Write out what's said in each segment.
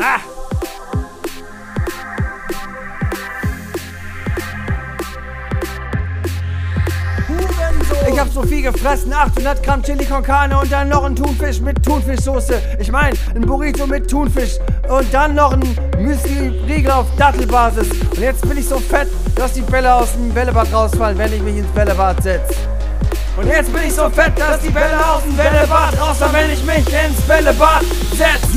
Ah! Ich hab so viel gefressen, 800 Gramm Chili con Carne und dann noch ein Thunfisch mit Thunfischsoße. Ich mein, ein Burrito mit Thunfisch und dann noch ein Müsli-Riegel auf Dattelbasis. Und jetzt bin ich so fett, dass die Bälle aus dem Bällebad rausfallen, wenn ich mich ins Bällebad setz. Und jetzt bin ich so fett, dass die Bälle aus dem Bällebad rausfallen, wenn ich mich ins Bällebad setz.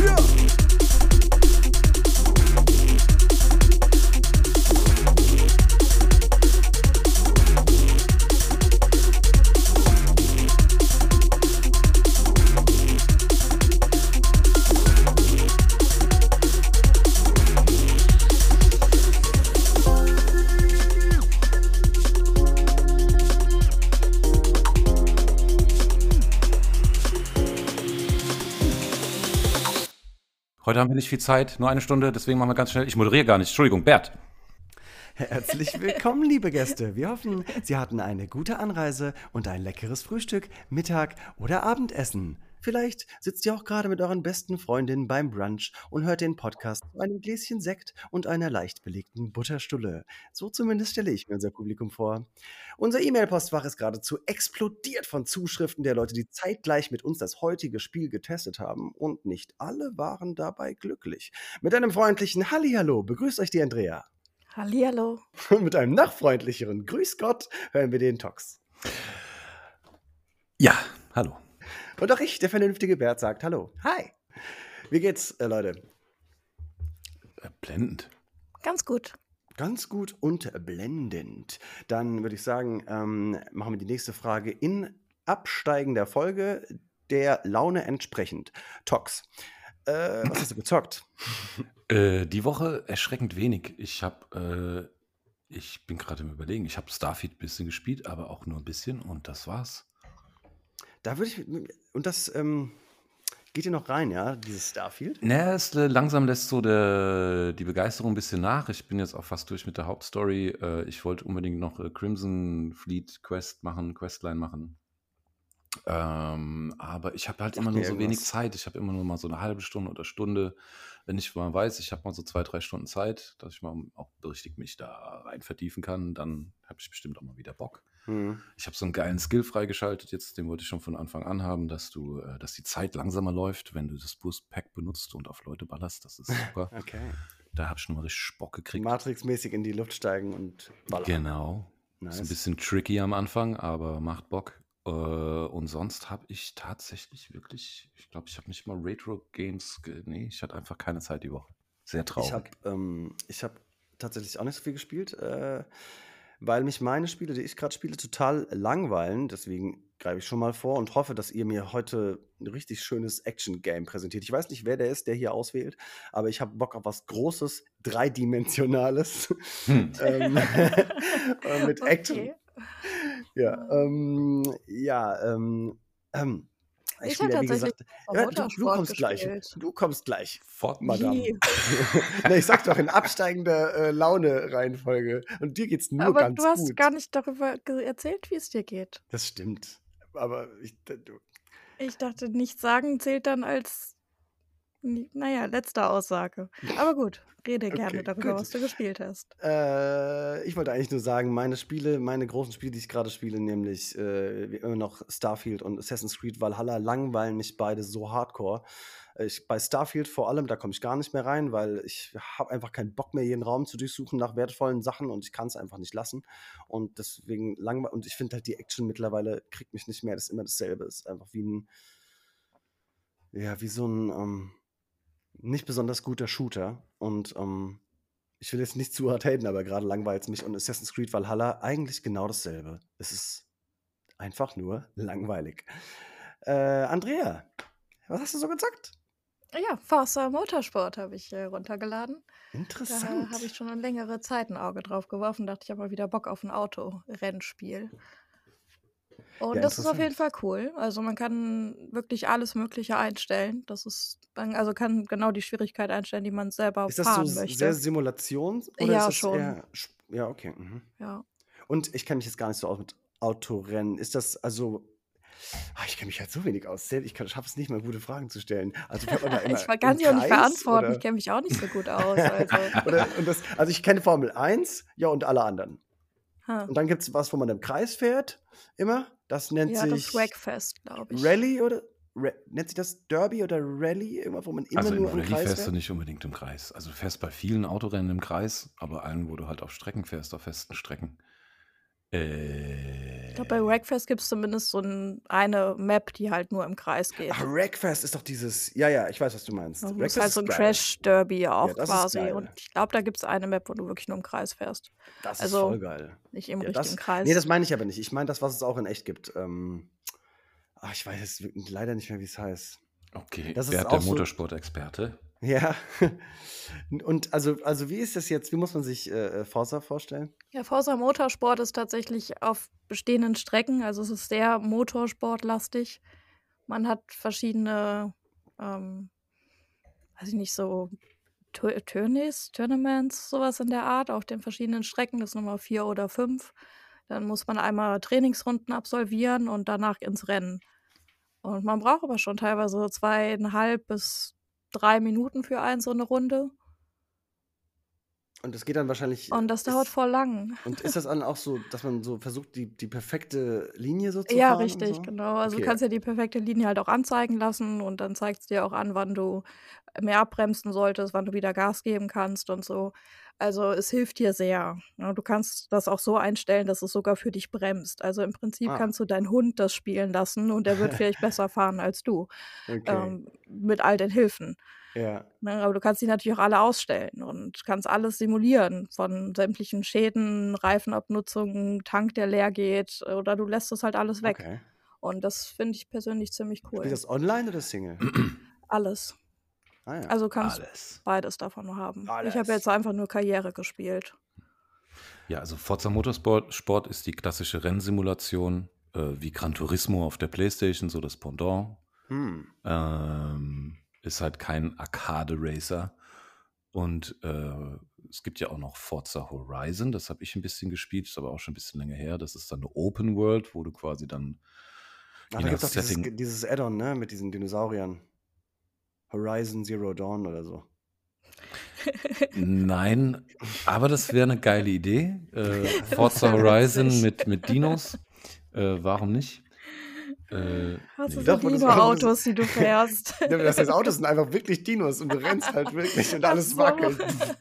Heute haben wir nicht viel Zeit, nur eine Stunde, deswegen machen wir ganz schnell. Ich moderiere gar nicht. Entschuldigung, Bert. Herzlich willkommen, liebe Gäste. Wir hoffen, Sie hatten eine gute Anreise und ein leckeres Frühstück, Mittag oder Abendessen. Vielleicht sitzt ihr auch gerade mit euren besten Freundinnen beim Brunch und hört den Podcast zu einem Gläschen Sekt und einer leicht belegten Butterstulle. So zumindest stelle ich mir unser Publikum vor. Unser E-Mail-Postfach ist geradezu explodiert von Zuschriften der Leute, die zeitgleich mit uns das heutige Spiel getestet haben. Und nicht alle waren dabei glücklich. Mit einem freundlichen Hallihallo begrüßt euch die Andrea. Hallihallo. Und mit einem noch freundlicheren Grüß Gott hören wir den Tox. Ja, hallo. Und auch ich, der vernünftige Bert, sagt Hallo. Hi. Wie geht's, Leute? Blendend. Ganz gut. Ganz gut und blendend. Dann würde ich sagen, machen wir die nächste Frage in absteigender Folge der Laune entsprechend. Tox, was hast du gezockt? Die Woche erschreckend wenig. Ich bin gerade im Überlegen. Ich habe Starfield ein bisschen gespielt, aber auch nur ein bisschen und das war's. Da würde ich, und das geht hier noch rein, ja, dieses Starfield? Langsam lässt so die Begeisterung ein bisschen nach. Ich bin jetzt auch fast durch mit der Hauptstory. Ich wollte unbedingt noch Crimson Fleet Questline machen. Aber ich habe halt immer nur so wenig Zeit. Ich habe immer nur mal so eine halbe Stunde oder Stunde. Wenn ich mal weiß, ich habe mal so 2-3 Stunden Zeit, dass ich mal auch richtig mich da rein vertiefen kann, dann habe ich bestimmt auch mal wieder Bock. Ich habe so einen geilen Skill freigeschaltet jetzt, den wollte ich schon von Anfang an haben, dass die Zeit langsamer läuft, wenn du das Boost Pack benutzt und auf Leute ballerst. Das ist super. Okay. Da habe ich nochmal richtig Bock gekriegt. Matrix-mäßig in die Luft steigen und ballern. Genau. Nice. Ist ein bisschen tricky am Anfang, aber macht Bock. Und sonst habe ich tatsächlich wirklich, ich glaube, ich habe nicht mal Retro-Games, ich hatte einfach keine Zeit die Woche. Sehr traurig. Ich hab tatsächlich auch nicht so viel gespielt, weil mich meine Spiele, die ich gerade spiele, total langweilen. Deswegen greife ich schon mal vor und hoffe, dass ihr mir heute ein richtig schönes Action-Game präsentiert. Ich weiß nicht, wer der ist, der hier auswählt, aber ich habe Bock auf was Großes, Dreidimensionales mit Action. Ja, ich habe tatsächlich du kommst gleich. Du kommst gleich. Fort, Madame. Ich sag doch in absteigender Laune-Reihenfolge. Und dir geht's nur aber ganz gut. Aber du hast gar nicht darüber erzählt, wie es dir geht. Das stimmt. Aber ich dachte, nicht sagen zählt dann als, letzte Aussage. Aber gut, rede gerne darüber, was du gespielt hast. Ich wollte eigentlich nur sagen, meine großen Spiele, die ich gerade spiele, nämlich immer noch Starfield und Assassin's Creed Valhalla, langweilen mich beide so hardcore. Bei Starfield vor allem, da komme ich gar nicht mehr rein, weil ich habe einfach keinen Bock mehr, jeden Raum zu durchsuchen nach wertvollen Sachen und ich kann es einfach nicht lassen. Und deswegen und ich finde halt, die Action mittlerweile kriegt mich nicht mehr, das ist immer dasselbe. Es ist einfach wie so ein nicht besonders guter Shooter. Und ich will jetzt nicht zu hart haten, aber gerade langweilt es mich. Und Assassin's Creed Valhalla eigentlich genau dasselbe. Es ist einfach nur langweilig. Andrea, was hast du so gezockt? Ja, Forza Motorsport habe ich runtergeladen. Interessant. Da habe ich schon eine längere Zeit ein Auge drauf geworfen. Dachte, ich habe mal wieder Bock auf ein Autorennspiel. Und das ist auf jeden Fall cool. Also man kann wirklich alles Mögliche einstellen. Also kann genau die Schwierigkeit einstellen, die man selber fahren möchte. Ist das so sehr Simulation? Oder ja, ist das schon. Ja, okay. Ja. Und ich kenne mich jetzt gar nicht so aus mit Autorennen. Ist das also Ich kenne mich halt so wenig aus. Ich schaffe es nicht mal, gute Fragen zu stellen. Also fährt man da immer Ich im kann sie auch nicht Kreis beantworten. Ich oder, kenne mich auch nicht so gut aus. Also, also ich kenne Formel 1, ja, und alle anderen. ha. Und dann gibt es was, wo man im Kreis fährt, immer. Das nennt Ja, das sich Wreckfest, glaube ich. Rallye oder nennt sich das Derby oder Rallye? Irgendwas, wo man immer Also im nur im Rallye Kreis fährst du fährt? nicht unbedingt im Kreis. Also du fährst bei vielen Autorennen im Kreis, aber allen, wo du halt auf Strecken fährst, auf festen Strecken. Ich glaube, bei Wreckfest gibt es zumindest so eine Map, die halt nur im Kreis geht. Ach, Wreckfest ist doch dieses. Ja, ich weiß, was du meinst. Also das ist Wreckfest halt so ein geil. Crash-Derby auch das ist quasi. geil. Und ich glaube, da gibt es eine Map, wo du wirklich nur im Kreis fährst. Das ist Also voll geil. nicht im Ja, richtigen Kreis. Nee, das meine ich aber nicht. Ich meine das, was es auch in echt gibt. Ich weiß jetzt leider nicht mehr, wie es heißt. Okay, Das wer ist hat der auch so. Motorsport-Experte? Ja. Und also wie ist das jetzt? Wie muss man sich Forza vorstellen? Ja, Forza Motorsport ist tatsächlich auf bestehenden Strecken. Also es ist sehr motorsportlastig. Man hat verschiedene, weiß ich nicht, so Tournaments, sowas in der Art, auf den verschiedenen Strecken. Das ist Nummer 4 oder 5. Dann muss man einmal Trainingsrunden absolvieren und danach ins Rennen. Und man braucht aber schon teilweise 2,5 bis 3 Minuten für so eine Runde. Und das geht dann wahrscheinlich. Und das dauert voll lang. Und ist das dann auch so, dass man so versucht, die perfekte Linie so zu Ja, fahren? richtig, und so? genau. Also Okay. du kannst ja die perfekte Linie halt auch anzeigen lassen und dann zeigt es dir auch an, wann du mehr abbremsen solltest, wann du wieder Gas geben kannst und so. Also es hilft dir sehr. Ja, du kannst das auch so einstellen, dass es sogar für dich bremst. Also im Prinzip kannst du deinen Hund das spielen lassen und der wird vielleicht besser fahren als du. Okay. Mit all den Hilfen. Ja. Ne, aber du kannst die natürlich auch alle ausstellen und kannst alles simulieren, von sämtlichen Schäden, Reifenabnutzung, Tank, der leer geht, oder du lässt es halt alles weg. Okay. Und das finde ich persönlich ziemlich Spielt cool. das online oder Single? Alles. Ah ja. Also du kannst Alles. beides davon haben. Ich habe Alles. jetzt einfach nur Karriere gespielt. Ja, also Forza Motorsport ist die klassische Rennsimulation, wie Gran Turismo auf der PlayStation, so das Pendant. Ist halt kein Arcade-Racer. Und es gibt ja auch noch Forza Horizon, das habe ich ein bisschen gespielt, ist aber auch schon ein bisschen länger her. Das ist dann eine Open World, wo du quasi dann Da gibt es doch dieses Add-on, ne, mit diesen Dinosauriern. Horizon Zero Dawn oder so. Nein, aber das wäre eine geile Idee. Forza wär Horizon witzig. mit Dinos. Warum nicht? Was Nee. ist Doch, mit das- Dino-Autos, die du fährst? Ja, das heißt, Autos sind einfach wirklich Dinos und du rennst halt wirklich und Ach alles so. wackelt.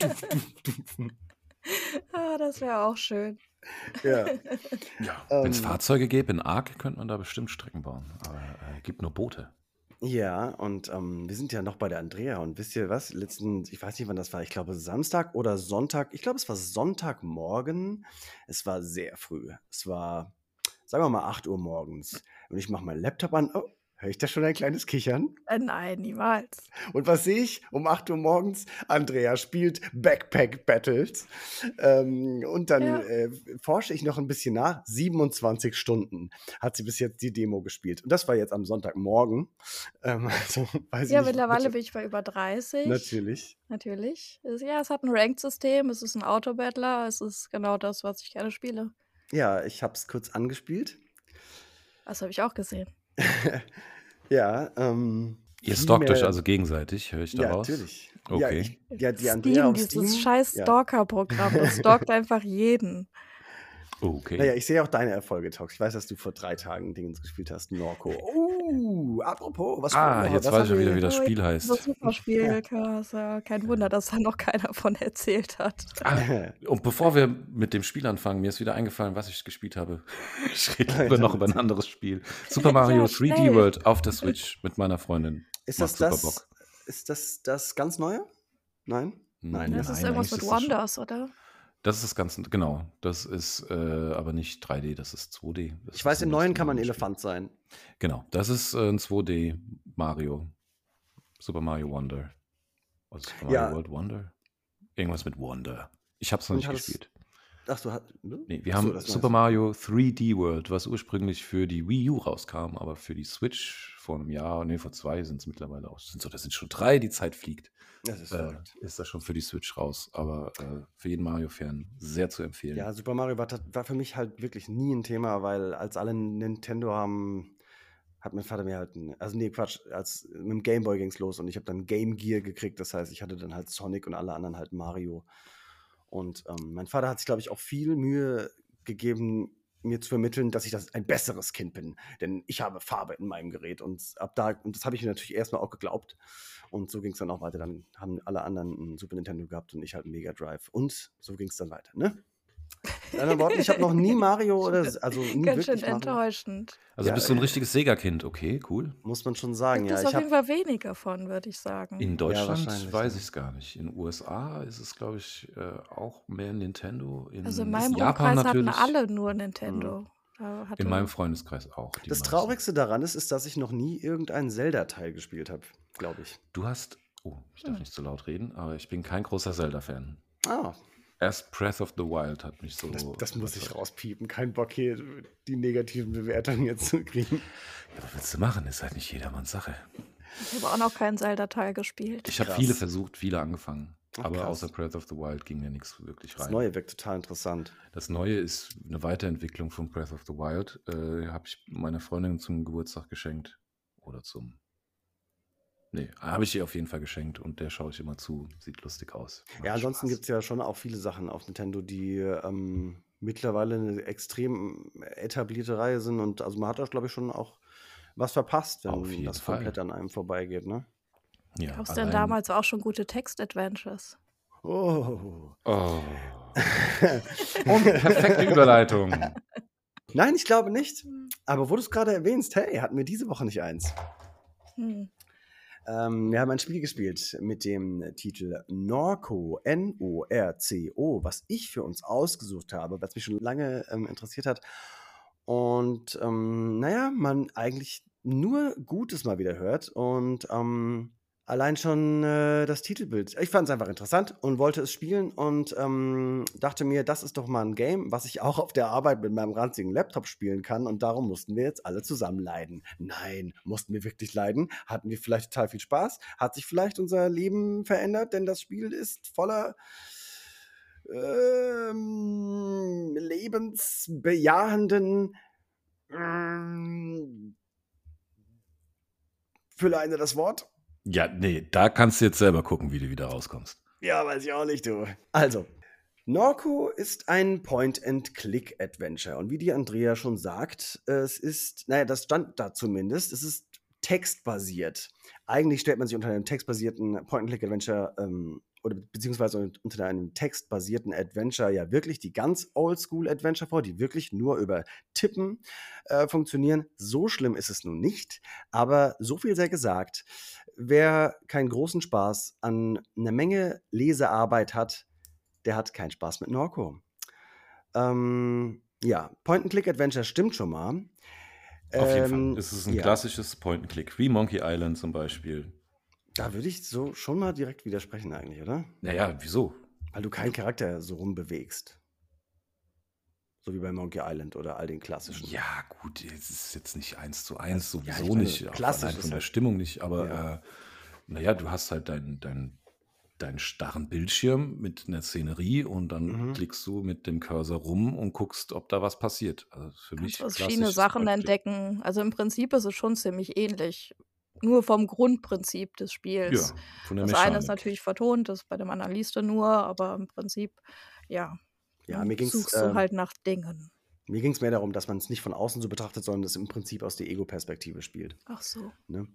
Das wäre auch schön. Ja. Ja, wenn es Fahrzeuge gäbe in Ark, könnte man da bestimmt Strecken bauen. Aber gibt nur Boote. Ja, und wir sind ja noch bei der Andrea und wisst ihr was? Ich weiß nicht, wann das war, ich glaube Samstag oder Sonntag. Ich glaube, es war Sonntagmorgen. Es war sehr früh. Es war, sagen wir mal, 8 Uhr morgens. Und ich mache meinen Laptop an. Oh, höre ich da schon ein kleines Kichern? Nein, niemals. Und was sehe ich? Um 8 Uhr morgens, Andrea spielt Backpack Battles. Und dann Ja. forsche ich noch ein bisschen nach. 27 Stunden hat sie bis jetzt die Demo gespielt. Und das war jetzt am Sonntagmorgen. Also, weiß Ja, ich nicht. mittlerweile bin ich bei über 30. Natürlich. Ja, es hat ein Ranked-System, es ist ein Auto-Battler, es ist genau das, was ich gerne spiele. Ja, ich habe es kurz angespielt. Das habe ich auch gesehen. Ja, Ihr viel stalkt euch mehr- also gegenseitig, höre ich Ja, daraus? natürlich. Okay. Die Andrea auf Dieses Steam. scheiß Ja. Stalker-Programm, das stalkt einfach jeden. Okay. Naja, ich sehe auch deine Erfolge, Tox. Ich weiß, dass du vor 3 Tagen Dingens gespielt hast, Norco. Apropos, was Jetzt weiß ich schon wieder, wie das Spiel heißt. Das Superspiel, kein Wunder, dass da noch keiner von erzählt hat. Und bevor wir mit dem Spiel anfangen, mir ist wieder eingefallen, was ich gespielt habe. Ich rede lieber noch über ein anderes Spiel. Super Mario Ja, 3D schnell. World auf der Switch mit meiner Freundin. Ist Macht das super Bock. Ist das ganz Neue? Nein? Nein, Das ist irgendwas mit eigentlich ist das schon- Wonders, oder? Das ist das Ganze, genau. Das ist aber nicht 3D, das ist 2D. Das Ich ist weiß, ein im Neuen ganz kann man normales Elefant sein. Spiel. Genau, das ist ein 2D Mario. Super Mario Wonder. Also Super Mario Ja. World Wonder? Irgendwas mit Wonder. Ich habe es noch Und nicht hat es- gespielt. Ach, du hast. Ne? Nee, wir Ach so, haben das Super meinst Mario 3D World, was ursprünglich für die Wii U rauskam, aber für die Switch vor einem Jahr, vor 2 sind es mittlerweile auch. Das sind schon 3, die Zeit fliegt. du. Das ist verrückt. Ist das schon für die Switch raus. Aber für jeden Mario-Fan sehr zu empfehlen. Ja, Super Mario war für mich halt wirklich nie ein Thema, weil als alle Nintendo haben hat mein Vater mir halt, mit dem Gameboy ging es los und ich habe dann Game Gear gekriegt, das heißt, ich hatte dann halt Sonic und alle anderen halt Mario. Und mein Vater hat sich, glaube ich, auch viel Mühe gegeben, mir zu vermitteln, dass ich ein besseres Kind bin, denn ich habe Farbe in meinem Gerät und das habe ich mir natürlich erstmal auch geglaubt und so ging es dann auch weiter, dann haben alle anderen einen Super Nintendo gehabt und ich halt einen Mega Drive und so ging es dann weiter, ne? Mit anderen Worten, ich habe noch nie Mario also nie Ganz schön wirklich Mario. enttäuschend. Also bist du ein richtiges Sega-Kind, okay, cool. Muss man schon sagen, Gibt ja. es auf jeden Fall weniger von, würde ich sagen. In Deutschland wahrscheinlich, weiß ja. ich es gar nicht. In den USA ist es, glaube ich, auch mehr Nintendo. Also in In meinem Japan Umkreis hatten natürlich. alle nur Nintendo. In meinem Freundeskreis auch. Die Das meisten. Traurigste daran ist, dass ich noch nie irgendeinen Zelda-Teil gespielt habe, glaube ich. Du hast, ich darf nicht zu laut reden, aber ich bin kein großer Zelda-Fan. Ah, Erst Breath of the Wild hat mich so. das muss ich rauspiepen. Kein Bock hier, die negativen Bewertungen jetzt zu kriegen. Ja, was willst du machen? Ist halt nicht jedermanns Sache. Ich habe auch noch keinen Zelda-Teil gespielt. Ich habe Krass. viele versucht, viele angefangen. Ach, aber krass. außer Breath of the Wild ging mir nichts wirklich rein. Das Neue wirkt total interessant. Das Neue ist eine Weiterentwicklung von Breath of the Wild. Habe ich meiner Freundin zum Geburtstag geschenkt. Oder habe ich ihr auf jeden Fall geschenkt und der schaue ich immer zu. Sieht lustig aus. Ja, ansonsten gibt es ja schon auch viele Sachen auf Nintendo, die mittlerweile eine extrem etablierte Reihe sind und also man hat da, glaube ich, schon auch was verpasst, Auf wenn jeden das Fall. komplett an einem vorbeigeht, ne? Ja, Gab es denn damals auch schon gute Text-Adventures? Oh. Und perfekte Überleitung. Nein, ich glaube nicht. Aber wo du es gerade erwähnst, hey, hatten wir diese Woche nicht eins. Wir haben ein Spiel gespielt mit dem Titel Norco, N-O-R-C-O, was ich für uns ausgesucht habe, was mich schon lange interessiert hat. Und man eigentlich nur Gutes mal wieder hört. Und allein schon das Titelbild. Ich fand es einfach interessant und wollte es spielen und dachte mir, das ist doch mal ein Game, was ich auch auf der Arbeit mit meinem ranzigen Laptop spielen kann und darum mussten wir jetzt alle zusammen leiden. Nein, mussten wir wirklich leiden? Hatten wir vielleicht total viel Spaß? Hat sich vielleicht unser Leben verändert? Denn das Spiel ist voller lebensbejahenden fülle eine das Wort. Ja, nee, da kannst du jetzt selber gucken, wie du wieder rauskommst. Ja, weiß ich auch nicht, du. Also, Norco ist ein Point-and-Click-Adventure. Und wie die Andrea schon sagt, es ist, das stand da zumindest, es ist textbasiert. Eigentlich stellt man sich unter einem textbasierten Point-and-Click-Adventure oder beziehungsweise unter einem textbasierten Adventure ja wirklich die ganz Oldschool-Adventure vor, die wirklich nur über Tippen funktionieren. So schlimm ist es nun nicht, aber so viel sei gesagt, wer keinen großen Spaß an einer Menge Lesearbeit hat, der hat keinen Spaß mit Norco. Point-and-Click-Adventure stimmt schon mal. Auf jeden Fall. Es ist ein klassisches Point-and-Click, wie Monkey Island zum Beispiel. Da würde ich so schon mal direkt widersprechen eigentlich, oder? Naja, wieso? Weil du keinen Charakter so rumbewegst. So wie bei Monkey Island oder all den klassischen. Ja, gut, es ist jetzt nicht 1:1, sowieso ich meine, nicht. klassisch Allein ist von der halt- Stimmung nicht, aber Ja. du hast halt deinen starren Bildschirm mit einer Szenerie und dann klickst du mit dem Cursor rum und guckst, ob da was passiert. Also für mich Kannst verschiedene klassisches Sachen Point-and-Click. entdecken. Also im Prinzip ist es schon ziemlich ähnlich. Nur vom Grundprinzip des Spiels. Ja, von der Das eine ist Mechanik. natürlich vertont, das bei dem anderen liest du nur, aber im Prinzip, Ja, mir ging's, suchst du halt nach Dingen. Mir ging es mehr darum, dass man es nicht von außen so betrachtet, sondern es im Prinzip aus der Ego-Perspektive spielt. Ach so. Ne?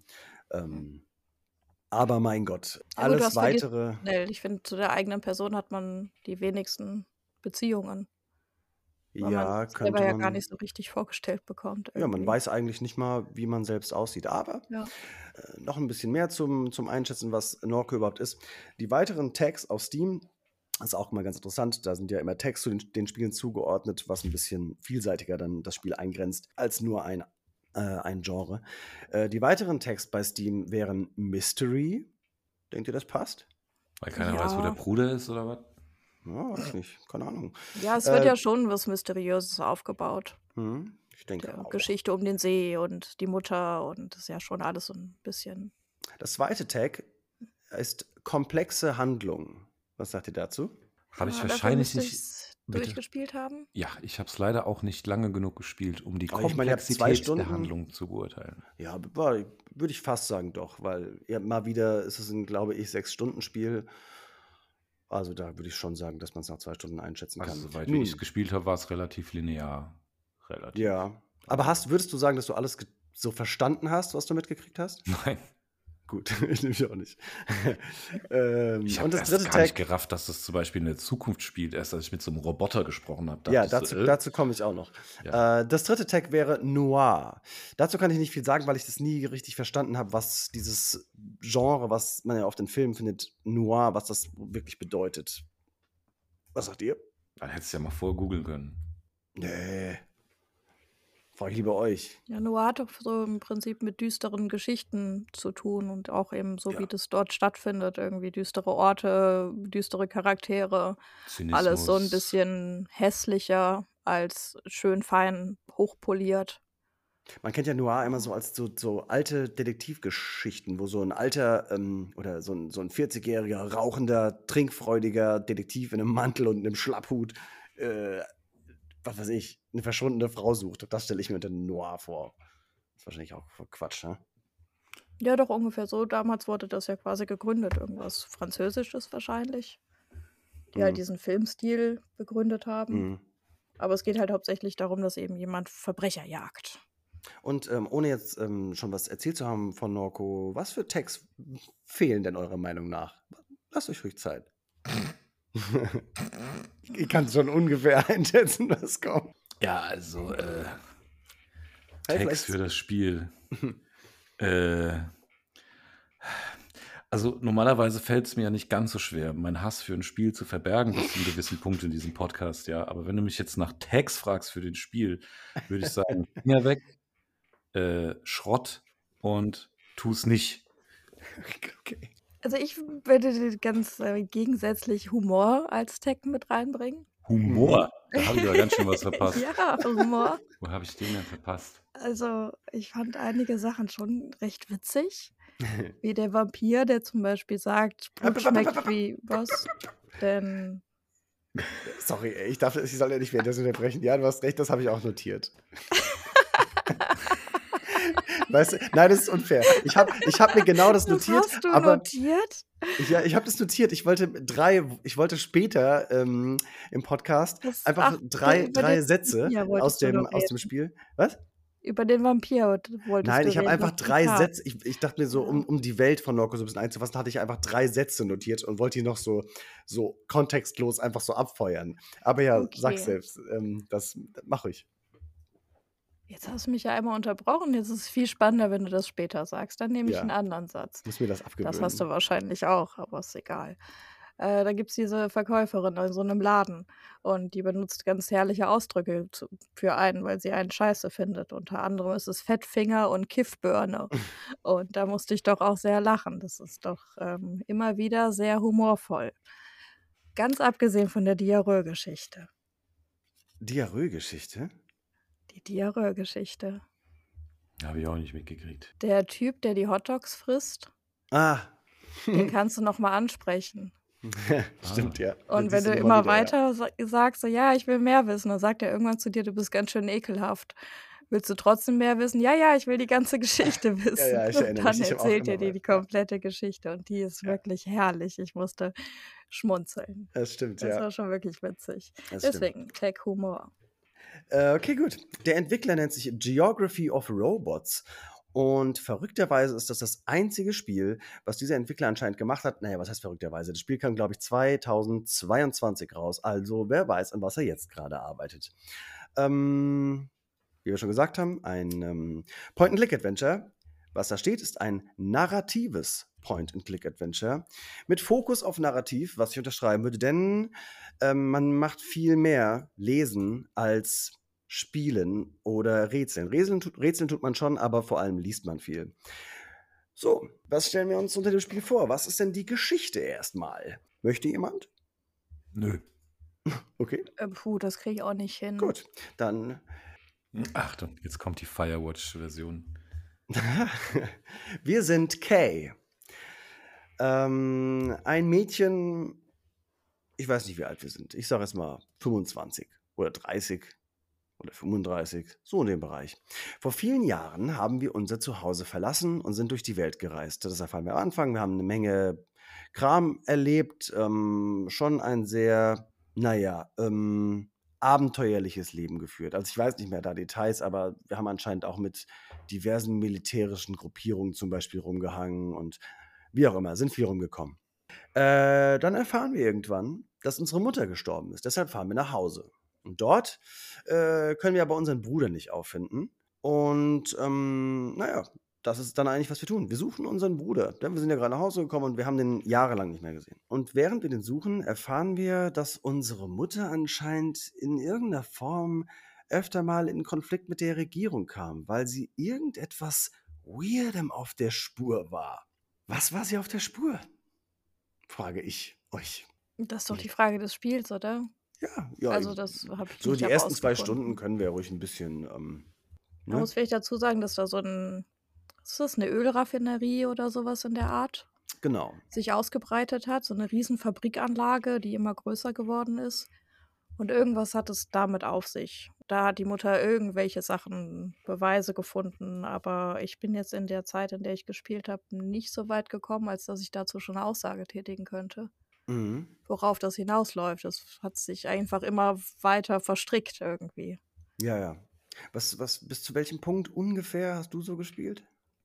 Aber mein Gott, Ja, gut, du alles hast vergessen, weitere. schnell. Ich finde, zu der eigenen Person hat man die wenigsten Beziehungen. Weil man Ja, sich könnte selber ja gar man. nicht so richtig vorgestellt bekommt. Ja, man Irgendwie. weiß eigentlich nicht mal, wie man selbst aussieht. Aber Ja. noch ein bisschen mehr zum Einschätzen, was Norco überhaupt ist. Die weiteren Tags auf Steam, das ist auch immer ganz interessant, da sind ja immer Tags zu den Spielen zugeordnet, was ein bisschen vielseitiger dann das Spiel eingrenzt, als nur ein Genre. Die weiteren Tags bei Steam wären Mystery. Denkt ihr, das passt? Weil keiner weiß, wo der Ja. Bruder ist oder was? Ja, weiß nicht, keine Ahnung. Ja, es wird ja schon was Mysteriöses aufgebaut. Ich denke Der auch. Geschichte um den See und die Mutter und das ist ja schon alles so ein bisschen. Das zweite Tag ist komplexe Handlung. Was sagt ihr dazu? Habe ich Dafür wahrscheinlich müsste nicht ich's durchgespielt haben? Ja, ich habe es leider auch nicht lange genug gespielt, um die Ich meine, ihr habt 2 Komplexität der Stunden. Handlung zu beurteilen. Ja, würde ich fast sagen, doch, weil mal wieder ist es ein, glaube ich, 6-Stunden-Spiel. Also da würde ich schon sagen, dass man es nach 2 Stunden einschätzen kann. Also soweit wie ich es gespielt habe, war es relativ linear. Relativ. Ja. Aber würdest du sagen, dass du alles so verstanden hast, was du mitgekriegt hast? Nein. Gut, ich nehme auch nicht. Ich habe und das erst dritte gar nicht Tag. gerafft, dass das zum Beispiel in der Zukunft spielt. Erst als ich mit so einem Roboter gesprochen habe, Ja, dachte ich so, dazu komme ich auch noch. Ja. Das dritte Tag wäre Noir. Dazu kann ich nicht viel sagen, weil ich das nie richtig verstanden habe, was dieses Genre, was man ja oft in Filmen findet, Noir, was das wirklich bedeutet. Was sagt ihr? Dann hättest du ja mal vorgoogeln können. Nee. Frage ich lieber euch. Ja, Noir hat doch so im Prinzip mit düsteren Geschichten zu tun und auch eben so, wie das dort stattfindet. Irgendwie düstere Orte, düstere Charaktere. Alles so ein Zynismus. bisschen hässlicher als schön fein hochpoliert. Man kennt ja Noir immer so als so alte Detektivgeschichten, wo so ein alter oder so ein 40-jähriger, rauchender, trinkfreudiger Detektiv in einem Mantel und einem Schlapphut, was weiß ich, eine verschwundene Frau sucht. Das stelle ich mir unter Noir vor. Das ist wahrscheinlich auch Quatsch, ne? Ja, doch ungefähr so. Damals wurde das ja quasi gegründet. Irgendwas Französisches wahrscheinlich. Die halt diesen Filmstil begründet haben. Aber es geht halt hauptsächlich darum, dass eben jemand Verbrecher jagt. Und ohne jetzt schon was erzählt zu haben von Norco, was für Tags fehlen denn eurer Meinung nach? Lasst euch ruhig Zeit. Ich kann schon ungefähr einschätzen, was kommt. Ja, also Hey, Tags für das Spiel. Also normalerweise fällt es mir ja nicht ganz so schwer, meinen Hass für ein Spiel zu verbergen bis zu einem gewissen Punkt in diesem Podcast, ja. Aber wenn du mich jetzt nach Tags fragst für den Spiel, würde ich sagen, Finger weg, Schrott und tu's nicht. Okay. Also ich würde ganz gegensätzlich Humor als Tag mit reinbringen. Humor? Da habe ich aber ganz schön was verpasst. Ja, Humor. Wo habe ich den denn verpasst? Also ich fand einige Sachen schon recht witzig. Wie der Vampir, der zum Beispiel sagt, Blut schmeckt wie was denn? Sorry, ich soll ja nicht währenddessen unterbrechen. Ja, du hast recht, das habe ich auch notiert. Weißt du, nein, das ist unfair. Ich hab mir genau das notiert. Hast du aber notiert? Ja, ich habe das notiert. Ich wollte später im Podcast einfach drei Sätze aus dem Spiel. Was? Über den Vampir wolltest du Nein, ich habe reden, einfach was 3 war. Sätze. Ich dachte mir so, um die Welt von Norco so ein bisschen einzufassen, hatte ich einfach 3 Sätze notiert und wollte die noch so kontextlos einfach so abfeuern. Aber ja, Okay. sag selbst. Das mach ich. Jetzt hast du mich ja einmal unterbrochen. Jetzt ist es viel spannender, wenn du das später sagst. Dann nehme ich Ja. einen anderen Satz. Ich muss mir das abgewöhnen. Das hast du wahrscheinlich auch, aber ist egal. Da gibt es diese Verkäuferin in so einem Laden und die benutzt ganz herrliche Ausdrücke für einen, weil sie einen scheiße findet. Unter anderem ist es Fettfinger und Kiffbirne. Und da musste ich doch auch sehr lachen. Das ist doch immer wieder sehr humorvoll. Ganz abgesehen von der Diarrhoe-Geschichte. Diarrhoe-Geschichte? Die Diarrhoe-Geschichte. Habe ich auch nicht mitgekriegt. Der Typ, der die Hotdogs frisst, den kannst du noch mal ansprechen. Stimmt, ja. Und wenn du immer weiter sagst, so, ja, ich will mehr wissen, dann sagt er irgendwann zu dir, du bist ganz schön ekelhaft. Willst du trotzdem mehr wissen? Ja, ich will die ganze Geschichte wissen. Ja, ich erinnere Und dann mich. erzählt er dir die komplette Geschichte und die ist wirklich herrlich. Ich musste schmunzeln. Das stimmt, Das war schon wirklich witzig. Das Deswegen, Tech-Humor. Okay, gut. Der Entwickler nennt sich Geography of Robots. Und verrückterweise ist das einzige Spiel, was dieser Entwickler anscheinend gemacht hat. Naja, was heißt verrückterweise? Das Spiel kam, glaube ich, 2022 raus. Also wer weiß, an was er jetzt gerade arbeitet. Wie wir schon gesagt haben, ein Point-and-Click-Adventure. Was da steht, ist ein narratives Point-and-Click-Adventure mit Fokus auf Narrativ, was ich unterschreiben würde, denn man macht viel mehr Lesen als Spielen oder Rätseln. Rätseln tut man schon, aber vor allem liest man viel. So, was stellen wir uns unter dem Spiel vor? Was ist denn die Geschichte erstmal? Möchte jemand? Nö. Okay. Das kriege ich auch nicht hin. Gut, dann. Achtung, jetzt kommt die Firewatch-Version. Wir sind Kay. Ein Mädchen. ich weiß nicht, wie alt wir sind. Ich sage jetzt mal 25 oder 30 oder 35, so in dem Bereich. Vor vielen Jahren haben wir unser Zuhause verlassen und sind durch die Welt gereist. Das erfahren wir am Anfang. Wir haben eine Menge Kram erlebt, schon ein sehr, abenteuerliches Leben geführt. Also ich weiß nicht mehr da Details, aber wir haben anscheinend auch mit diversen militärischen Gruppierungen zum Beispiel rumgehangen und wie auch immer, sind viel rumgekommen. Dann erfahren wir irgendwann, dass unsere Mutter gestorben ist. Deshalb fahren wir nach Hause. Und dort können wir aber unseren Bruder nicht auffinden. Und das ist dann eigentlich, was wir tun. Wir suchen unseren Bruder. Denn wir sind ja gerade nach Hause gekommen und wir haben den jahrelang nicht mehr gesehen. Und während wir den suchen, erfahren wir, dass unsere Mutter anscheinend in irgendeiner Form öfter mal in Konflikt mit der Regierung kam, weil sie irgendetwas Weirdem auf der Spur war. Was war sie auf der Spur? Frage ich euch. Das ist doch die Frage des Spiels, oder? Ja. Also das habe ich So nicht die ersten 2 herausgefunden. Stunden können wir ruhig ein bisschen, Man ne? muss vielleicht dazu sagen, dass da ist das eine Ölraffinerie oder sowas in der Art, Genau. sich ausgebreitet hat, so eine riesen Fabrikanlage, die immer größer geworden ist. Und irgendwas hat es damit auf sich. Da hat die Mutter irgendwelche Sachen, Beweise gefunden, aber ich bin jetzt in der Zeit, in der ich gespielt habe, nicht so weit gekommen, als dass ich dazu schon eine Aussage tätigen könnte, Mhm. worauf das hinausläuft. Das hat sich einfach immer weiter verstrickt irgendwie. Ja. Was bis zu welchem Punkt ungefähr hast du so gespielt?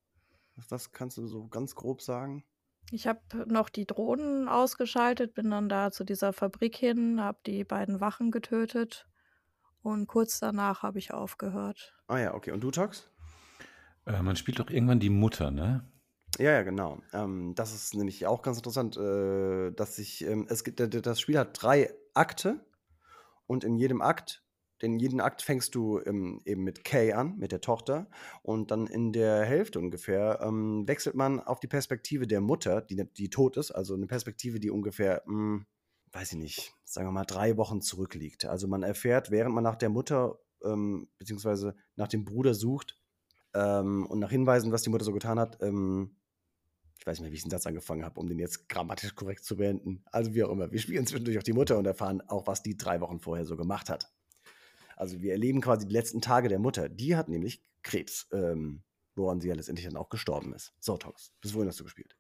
Was kannst du so ganz grob sagen? Ich habe noch die Drohnen ausgeschaltet, bin dann da zu dieser Fabrik hin, habe die beiden Wachen getötet und kurz danach habe ich aufgehört. Ah ja, okay. Und du, Tox? Man spielt doch irgendwann die Mutter, ne? Ja, genau. Das ist nämlich auch ganz interessant, dass das Spiel hat 3 Akte und in jedem Akt fängst du eben mit Kay an, mit der Tochter. Und dann in der Hälfte ungefähr wechselt man auf die Perspektive der Mutter, die tot ist. Also eine Perspektive, die ungefähr, weiß ich nicht, sagen wir mal 3 Wochen zurückliegt. Also man erfährt, während man nach der Mutter beziehungsweise nach dem Bruder sucht und nach Hinweisen, was die Mutter so getan hat, ich weiß nicht mehr, wie ich den Satz angefangen habe, um den jetzt grammatisch korrekt zu beenden. Also wie auch immer, wir spielen zwischendurch auch die Mutter und erfahren auch, was die 3 Wochen vorher so gemacht hat. Also wir erleben quasi die letzten Tage der Mutter. Die hat nämlich Krebs, woran sie ja letztendlich dann auch gestorben ist. So, Tox, bis wohin hast du gespielt?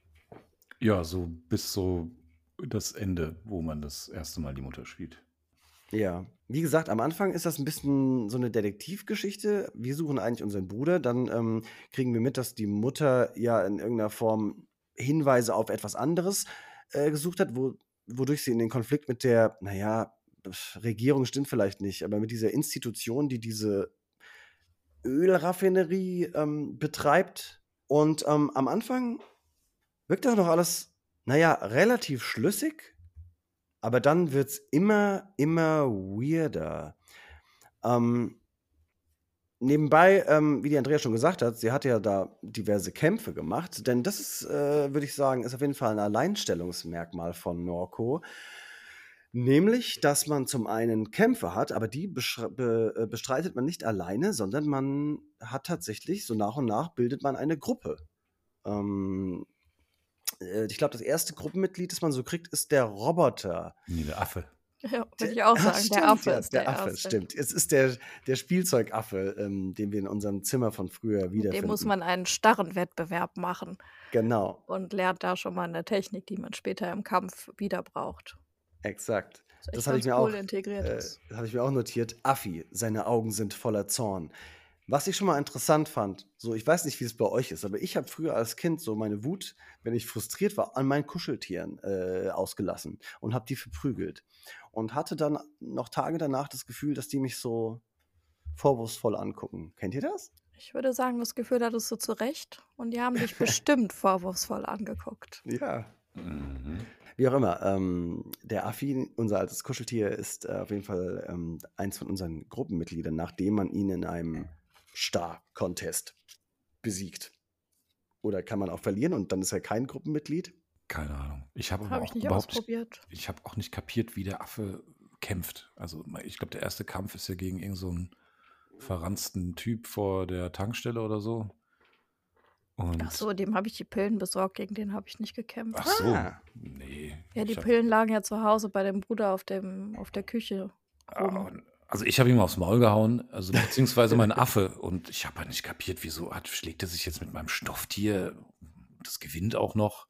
Ja, so bis so das Ende, wo man das erste Mal die Mutter spielt. Ja, wie gesagt, am Anfang ist das ein bisschen so eine Detektivgeschichte. Wir suchen eigentlich unseren Bruder, dann kriegen wir mit, dass die Mutter ja in irgendeiner Form Hinweise auf etwas anderes gesucht hat, wodurch sie in den Konflikt mit der, Regierung stimmt vielleicht nicht, aber mit dieser Institution, die diese Ölraffinerie betreibt. Und am Anfang wirkt das noch alles, relativ schlüssig. Aber dann wird es immer weirder. Nebenbei, wie die Andrea schon gesagt hat, sie hat ja da diverse Kämpfe gemacht. Denn das ist, würde ich sagen, ist auf jeden Fall ein Alleinstellungsmerkmal von Norco. Nämlich, dass man zum einen Kämpfe hat, aber die bestreitet man nicht alleine, sondern man hat tatsächlich, so nach und nach bildet man eine Gruppe. Ich glaube, das erste Gruppenmitglied, das man so kriegt, ist der Roboter. Nee, der Affe. Ja, würde ich auch sagen. Stimmt, der Affe ja, ist der der Affe, Erste. stimmt. Es ist der Spielzeugaffe, den wir in unserem Zimmer von früher Mit wiederfinden. dem muss man einen starren Wettbewerb machen Genau, und lernt da schon mal eine Technik, die man später im Kampf wieder braucht. exakt. Das ist echt Das habe ich ganz mir cool auch, integriert ist. das habe ich mir auch notiert. Affi, seine Augen sind voller Zorn. Was ich schon mal interessant fand, so ich weiß nicht, wie es bei euch ist, aber ich habe früher als Kind so meine Wut, wenn ich frustriert war, an meinen Kuscheltieren ausgelassen und habe die verprügelt. Und hatte dann noch Tage danach das Gefühl, dass die mich so vorwurfsvoll angucken. Kennt ihr das? Ich würde sagen, das Gefühl hattest du zu Recht und die haben dich bestimmt vorwurfsvoll angeguckt. Ja. Mhm. Wie auch immer, der Affi, unser altes Kuscheltier, ist auf jeden Fall eins von unseren Gruppenmitgliedern, nachdem man ihn in einem Star-Contest besiegt. Oder kann man auch verlieren und dann ist er kein Gruppenmitglied? Keine Ahnung. Ich habe aber Habe ich auch nicht überhaupt ausprobiert. ich habe auch nicht kapiert, wie der Affe kämpft. Also ich glaube, der erste Kampf ist ja gegen irgend so einen verranzten Typ vor der Tankstelle oder so. Und Ach so, dem habe ich die Pillen besorgt, gegen den habe ich nicht gekämpft. ach so, Ah. nee. Ja, die Pillen lagen ja zu Hause bei dem Bruder auf der Küche rum. Also ich habe ihm aufs Maul gehauen, also beziehungsweise mein Affe. Und ich habe halt nicht kapiert, wieso schlägt er sich jetzt mit meinem Stofftier. Das gewinnt auch noch.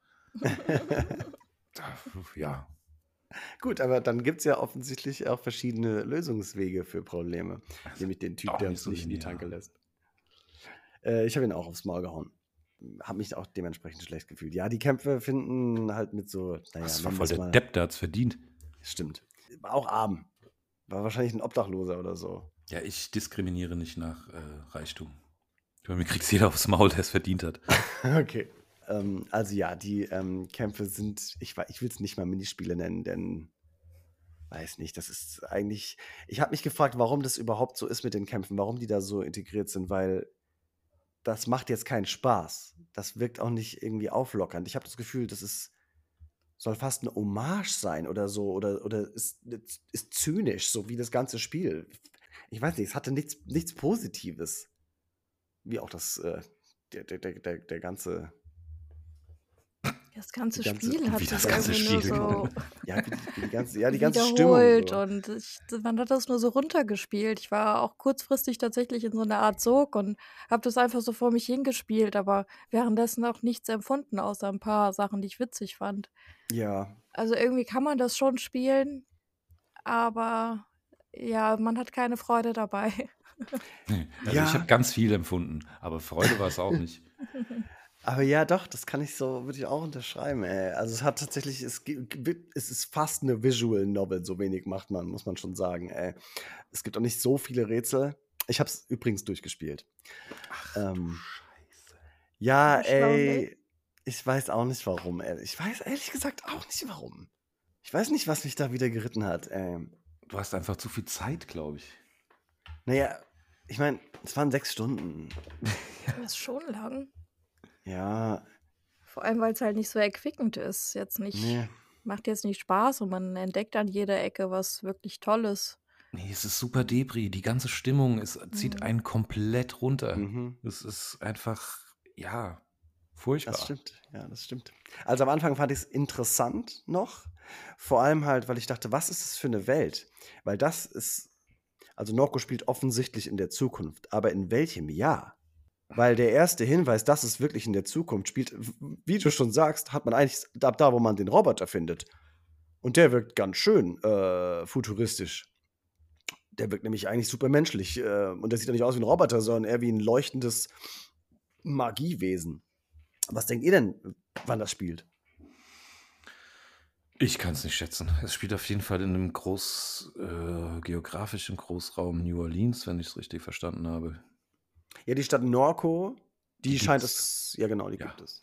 Ja. Gut, aber dann gibt es ja offensichtlich auch verschiedene Lösungswege für Probleme. Nämlich den Typ, der uns nicht in die Tanke lässt. Ich habe ihn auch aufs Maul gehauen. Habe mich auch dementsprechend schlecht gefühlt. Ja, die Kämpfe finden halt mit so, Das war voll der Depp, der hat's verdient. Stimmt. War auch arm. War wahrscheinlich ein Obdachloser oder so. Ja, ich diskriminiere nicht nach Reichtum. Mir kriegt jeder aufs Maul, der es verdient hat. Okay. Also ja, die Kämpfe sind, ich will es nicht mal Minispiele nennen, denn weiß nicht, das ist eigentlich, ich habe mich gefragt, warum das überhaupt so ist mit den Kämpfen, warum die da so integriert sind, weil das macht jetzt keinen Spaß. Das wirkt auch nicht irgendwie auflockernd. Ich habe das Gefühl, soll fast eine Hommage sein oder so, oder ist zynisch, so wie das ganze Spiel. Ich weiß nicht, es hatte nichts Positives. Wie auch der ganze. Das ganze Spiel hat sich irgendwie nur so die ganze Stimmung. So. Und man hat das nur so runtergespielt. Ich war auch kurzfristig tatsächlich in so einer Art Sog und habe das einfach so vor mich hingespielt, aber währenddessen auch nichts empfunden, außer ein paar Sachen, die ich witzig fand. Ja. Also irgendwie kann man das schon spielen, aber ja, man hat keine Freude dabei. Also ich habe ganz viel empfunden, aber Freude war es auch nicht. Aber ja, doch, das würde ich auch unterschreiben, ey. Also es hat tatsächlich, es ist fast eine Visual Novel, so wenig macht man, muss man schon sagen, ey. Es gibt auch nicht so viele Rätsel. Ich habe es übrigens durchgespielt. Ach, du Scheiße. Ja, ey, ich weiß auch nicht warum, ey. Ich weiß ehrlich gesagt auch nicht warum. Ich weiß nicht, was mich da wieder geritten hat, ey. Du hast einfach zu viel Zeit, glaube ich. Naja, ich meine, es waren 6 Stunden. Das ist schon lang. Ja. Vor allem, weil es halt nicht so erquickend ist. Macht jetzt nicht Spaß und man entdeckt an jeder Ecke was wirklich Tolles. Nee, es ist super Depri. Die ganze Stimmung zieht einen komplett runter. Es ist einfach, ja, furchtbar. Das stimmt. Also am Anfang fand ich es interessant noch. Vor allem halt, weil ich dachte, was ist das für eine Welt? Weil also Norco spielt offensichtlich in der Zukunft. Aber in welchem Jahr? Weil der erste Hinweis, dass es wirklich in der Zukunft spielt, wie du schon sagst, hat man eigentlich ab da, wo man den Roboter findet. Und der wirkt ganz schön futuristisch. Der wirkt nämlich eigentlich super menschlich. Und der sieht ja nicht aus wie ein Roboter, sondern eher wie ein leuchtendes Magiewesen. Was denkt ihr denn, wann das spielt? Ich kann es nicht schätzen. Es spielt auf jeden Fall in einem geografischen Großraum New Orleans, wenn ich es richtig verstanden habe. Ja, die Stadt Norco, die scheint es. Ja, genau, die gibt es.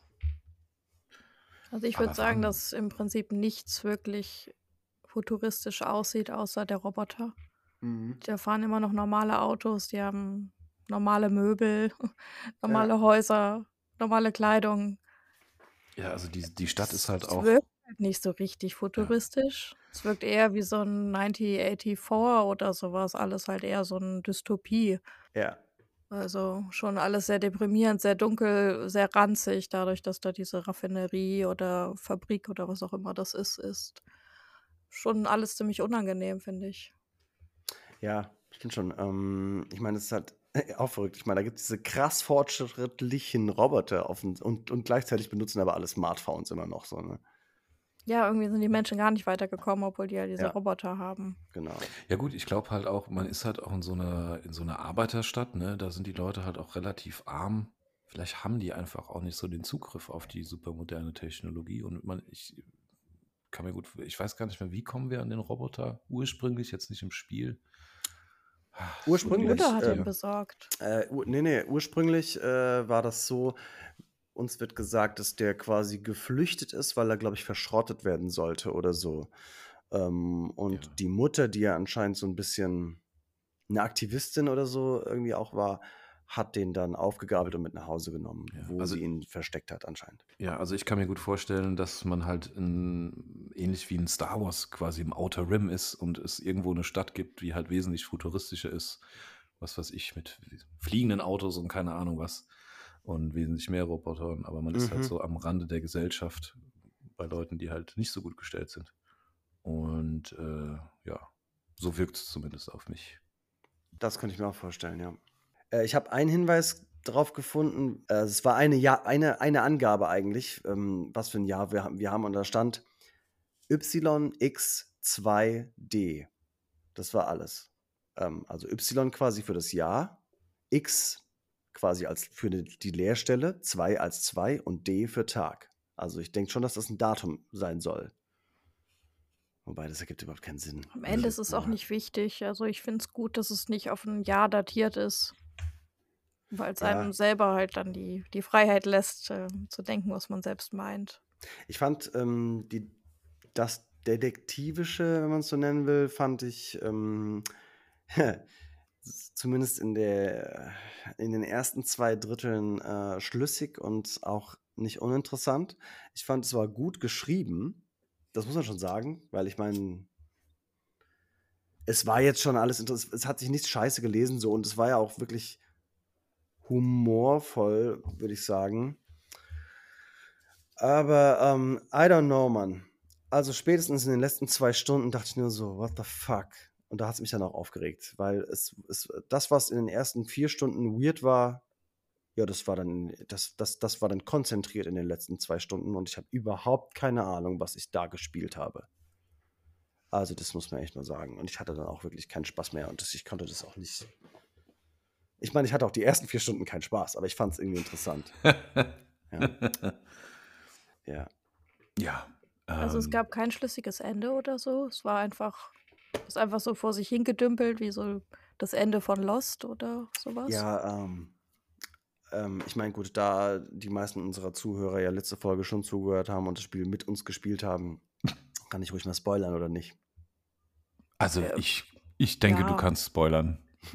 Also ich würde sagen, dass im Prinzip nichts wirklich futuristisch aussieht, außer der Roboter. Die fahren immer noch normale Autos, die haben normale Möbel, normale Häuser, normale Kleidung. Ja, also die Stadt ist halt auch. Es wirkt halt nicht so richtig futuristisch. Es wirkt eher wie so ein 1984 oder sowas. Alles halt eher so eine Dystopie. Ja. Also schon alles sehr deprimierend, sehr dunkel, sehr ranzig, dadurch, dass da diese Raffinerie oder Fabrik oder was auch immer das ist. Schon alles ziemlich unangenehm, finde ich. Ja, stimmt schon. Ich meine, es ist halt auch verrückt. Ich meine, da gibt es diese krass fortschrittlichen Roboter und gleichzeitig benutzen aber alle Smartphones immer noch so, ne? Ja, irgendwie sind die Menschen gar nicht weitergekommen, obwohl die ja diese Roboter haben. Genau. Ja gut, ich glaube halt auch, man ist halt auch in so einer Arbeiterstadt, ne? Da sind die Leute halt auch relativ arm. Vielleicht haben die einfach auch nicht so den Zugriff auf die supermoderne Technologie. Und ich weiß gar nicht mehr, wie kommen wir an den Roboter? Ursprünglich, jetzt nicht im Spiel. Ursprünglich. Die Mutter hat ihn besorgt. Ursprünglich war das so, uns wird gesagt, dass der quasi geflüchtet ist, weil er, glaube ich, verschrottet werden sollte oder so. Die Mutter, die ja anscheinend so ein bisschen eine Aktivistin oder so irgendwie auch war, hat den dann aufgegabelt und mit nach Hause genommen, wo sie ihn versteckt hat anscheinend. Ja, also ich kann mir gut vorstellen, dass man halt ähnlich wie in Star Wars quasi im Outer Rim ist und es irgendwo eine Stadt gibt, die halt wesentlich futuristischer ist, was weiß ich, mit fliegenden Autos und keine Ahnung was und wesentlich mehr Robotern, aber man ist halt so am Rande der Gesellschaft bei Leuten, die halt nicht so gut gestellt sind. Und ja, so wirkt es zumindest auf mich. Das könnte ich mir auch vorstellen, ja. Ich habe einen Hinweis drauf gefunden. Es war eine Angabe eigentlich, was für ein Jahr wir haben. Und da stand YX2D. Das war alles. Also Y quasi für das Jahr, X quasi als für die Leerstelle, 2 als 2 und D für Tag. Also ich denke schon, dass das ein Datum sein soll. Wobei, das ergibt überhaupt keinen Sinn. Am Ende ist es auch nicht wichtig. Also ich finde es gut, dass es nicht auf ein Jahr datiert ist, weil es einem selber halt dann die Freiheit lässt, zu denken, was man selbst meint. Ich fand das Detektivische, wenn man es so nennen will, fand ich zumindest in den ersten 2 Dritteln schlüssig und auch nicht uninteressant. Ich fand, es war gut geschrieben. Das muss man schon sagen, weil ich meine, es war jetzt schon alles interessant. Es hat sich nichts scheiße gelesen so und es war ja auch wirklich humorvoll, würde ich sagen. Aber I don't know, Mann. Also spätestens in den letzten 2 Stunden dachte ich nur so, what the fuck? Und da hat es mich dann auch aufgeregt, weil das, was in den ersten 4 Stunden weird war, ja, das war dann konzentriert in den letzten 2 Stunden und ich habe überhaupt keine Ahnung, was ich da gespielt habe. Also das muss man echt mal sagen. Und ich hatte dann auch wirklich keinen Spaß mehr und ich konnte das auch nicht. Ich meine, ich hatte auch die ersten 4 Stunden keinen Spaß, aber ich fand es irgendwie interessant. Ja. Ja. Also es gab kein schlüssiges Ende oder so. Es ist einfach so vor sich hingedümpelt, wie so das Ende von Lost oder sowas. Ja, ich meine, gut, da die meisten unserer Zuhörer ja letzte Folge schon zugehört haben und das Spiel mit uns gespielt haben, kann ich ruhig mal spoilern, oder nicht? Also ich denke, du kannst spoilern.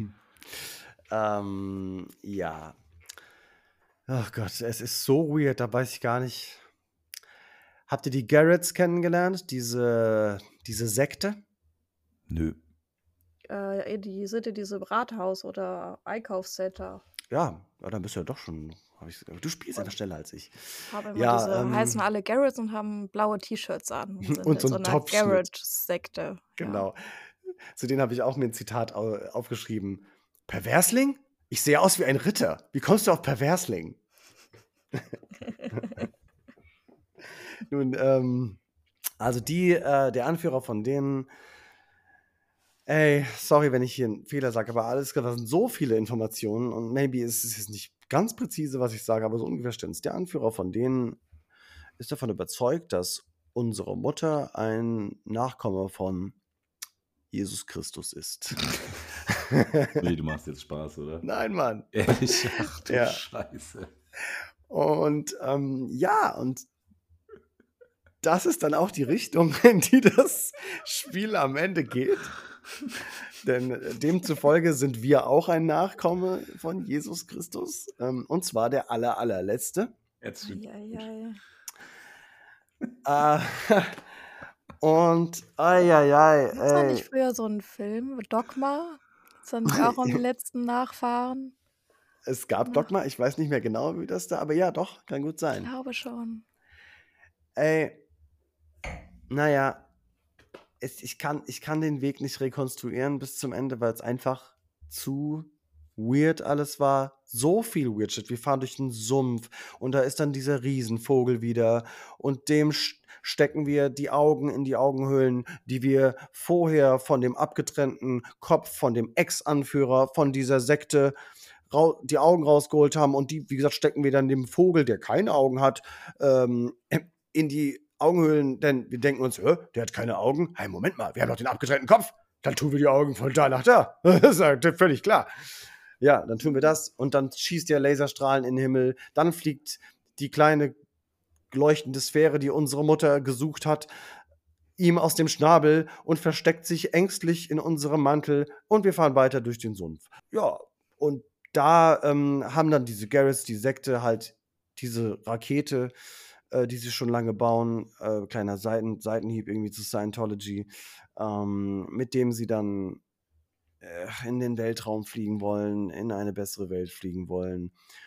Ja. Ach Gott, es ist so weird, da weiß ich gar nicht. Habt ihr die Garretts kennengelernt? Diese Sekte? Nö. Die sind in diesem Rathaus oder Einkaufscenter. Ja, dann bist du ja doch schon. Du spielst einfach schneller als ich. Heißen alle Garretts und haben blaue T-Shirts an. Und so in so einer Garrett-Sekte. Genau. Ja. Zu denen habe ich auch mir ein Zitat aufgeschrieben. Perversling? Ich sehe aus wie ein Ritter. Wie kommst du auf Perversling? Nun, also der Anführer von denen, sorry, wenn ich hier einen Fehler sage, aber das sind so viele Informationen und maybe ist es jetzt nicht ganz präzise, was ich sage, aber so ungefähr stimmt's. Der Anführer von denen ist davon überzeugt, dass unsere Mutter ein Nachkomme von Jesus Christus ist. Nee, du machst jetzt Spaß, oder? Nein, Mann. Ehrlich? Ach du Scheiße. Und und das ist dann auch die Richtung, in die das Spiel am Ende geht. Denn demzufolge sind wir auch ein Nachkomme von Jesus Christus. Und zwar der allerletzte. Jetzt und Gab's da nicht früher so einen Film, Dogma? Ist dann nicht auch um die letzten Nachfahren? Es gab Dogma, ich weiß nicht mehr genau, wie das da, aber ja, doch, kann gut sein. Ich glaube schon. Naja, ich kann den Weg nicht rekonstruieren bis zum Ende, weil es einfach zu weird alles war. So viel weird shit. Wir fahren durch einen Sumpf und da ist dann dieser Riesenvogel wieder und dem stecken wir die Augen in die Augenhöhlen, die wir vorher von dem abgetrennten Kopf, von dem Ex-Anführer von dieser Sekte die Augen rausgeholt haben und die, wie gesagt, stecken wir dann dem Vogel, der keine Augen hat, in die Augenhöhlen, denn wir denken uns, der hat keine Augen. Hey, Moment mal, wir haben doch den abgetrennten Kopf. Dann tun wir die Augen von da nach da. Das ist ja völlig klar. Ja, dann tun wir das und dann schießt der Laserstrahlen in den Himmel. Dann fliegt die kleine leuchtende Sphäre, die unsere Mutter gesucht hat, ihm aus dem Schnabel und versteckt sich ängstlich in unserem Mantel und wir fahren weiter durch den Sumpf. Ja, und da haben dann diese Garretts, die Sekte, halt diese Rakete, die sie schon lange bauen, kleiner Seitenhieb irgendwie zu Scientology, mit dem sie dann in den Weltraum fliegen wollen, in eine bessere Welt fliegen wollen.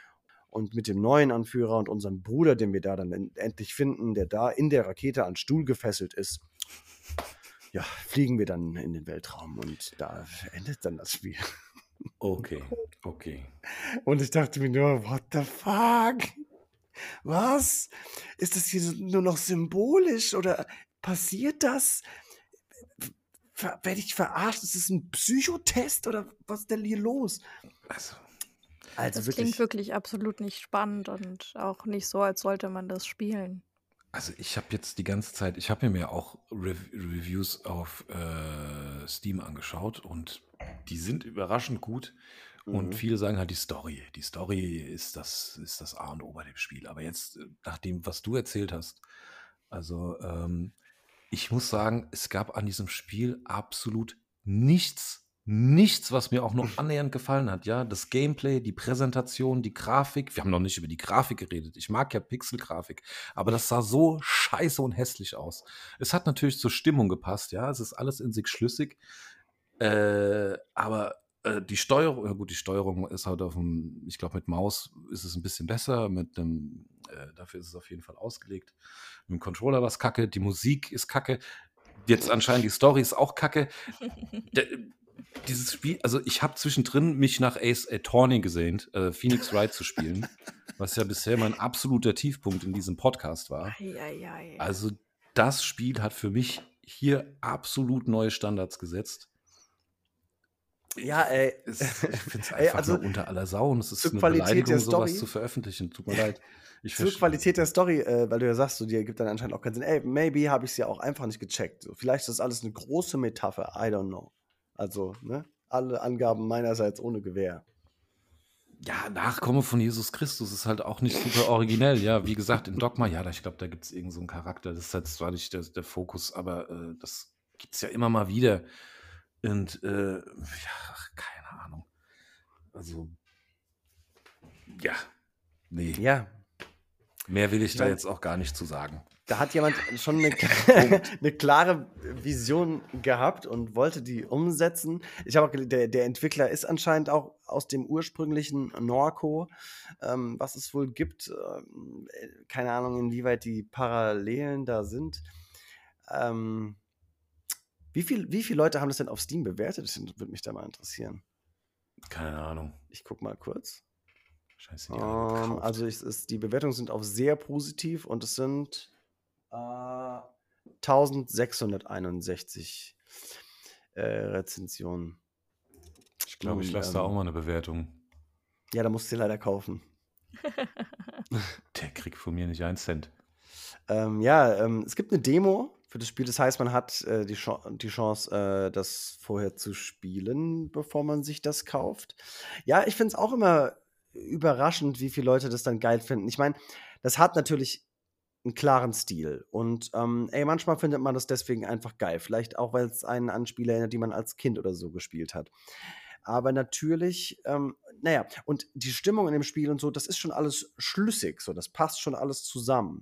Und mit dem neuen Anführer und unserem Bruder, den wir da dann endlich finden, der da in der Rakete an Stuhl gefesselt ist, ja, fliegen wir dann in den Weltraum und da endet dann das Spiel. Okay. Und ich dachte mir nur, what the fuck? Was? Ist das hier nur noch symbolisch oder passiert das? Werde ich verarscht? Ist es ein Psychotest oder was ist denn hier los? Also das klingt wirklich absolut nicht spannend und auch nicht so, als sollte man das spielen. Also ich habe jetzt die ganze Zeit, ich habe mir auch Reviews auf Steam angeschaut und die sind überraschend gut. Und viele sagen halt die Story. Die Story ist das A und O bei dem Spiel. Aber jetzt, nach dem, was du erzählt hast, also ich muss sagen, es gab an diesem Spiel absolut nichts, was mir auch nur annähernd gefallen hat. Ja, das Gameplay, die Präsentation, die Grafik. Wir haben noch nicht über die Grafik geredet. Ich mag ja Pixelgrafik, aber das sah so scheiße und hässlich aus. Es hat natürlich zur Stimmung gepasst. Ja, es ist alles in sich schlüssig. Aber die Steuerung, ja gut, die Steuerung ist halt ich glaube mit Maus ist es ein bisschen besser, dafür ist es auf jeden Fall ausgelegt. Mit dem Controller war es kacke, die Musik ist kacke, jetzt anscheinend die Story ist auch kacke. Dieses Spiel, also ich habe zwischendrin mich nach Ace Attorney gesehnt, Phoenix Wright zu spielen, was ja bisher mein absoluter Tiefpunkt in diesem Podcast war. Also das Spiel hat für mich hier absolut neue Standards gesetzt. Ja, ey. Ich finde es einfach nur unter aller Sau und es ist eine Beleidigung, sowas zu veröffentlichen. Tut mir leid. Zur Qualität der Story, weil du ja sagst, dir gibt dann anscheinend auch keinen Sinn. Ey, maybe habe ich es ja auch einfach nicht gecheckt. So, vielleicht ist das alles eine große Metapher. I don't know. Also, ne? Alle Angaben meinerseits ohne Gewähr. Ja, Nachkomme von Jesus Christus ist halt auch nicht super originell. Ja, wie gesagt, in Dogma, ja, ich glaube, da gibt es irgend so einen Charakter. Das ist halt zwar nicht der Fokus, aber das gibt es ja immer mal wieder. Und ja, keine Ahnung. Also, ja, nee. Ja. Mehr will ich da jetzt auch gar nicht zu sagen. Da hat jemand schon eine klare Vision gehabt und wollte die umsetzen. Ich habe auch der Entwickler ist anscheinend auch aus dem ursprünglichen Norco, was es wohl gibt. Keine Ahnung, inwieweit die Parallelen da sind. Wie viele Leute haben das denn auf Steam bewertet? Das würde mich da mal interessieren. Keine Ahnung. Ich guck mal kurz. Scheiße, die alle also die Bewertungen sind auf sehr positiv und es sind 1661 Rezensionen. Ich glaube, ich lasse da auch mal eine Bewertung. Ja, da musst du sie leider kaufen. Der kriegt von mir nicht 1 Cent. Es gibt eine Demo für das Spiel. Das heißt, man hat die Chance, das vorher zu spielen, bevor man sich das kauft. Ja, ich finde es auch immer überraschend, wie viele Leute das dann geil finden. Ich meine, das hat natürlich einen klaren Stil. Und manchmal findet man das deswegen einfach geil. Vielleicht auch, weil es einen an Spiele erinnert, die man als Kind oder so gespielt hat. Aber natürlich, und die Stimmung in dem Spiel und so, das ist schon alles schlüssig. So, das passt schon alles zusammen.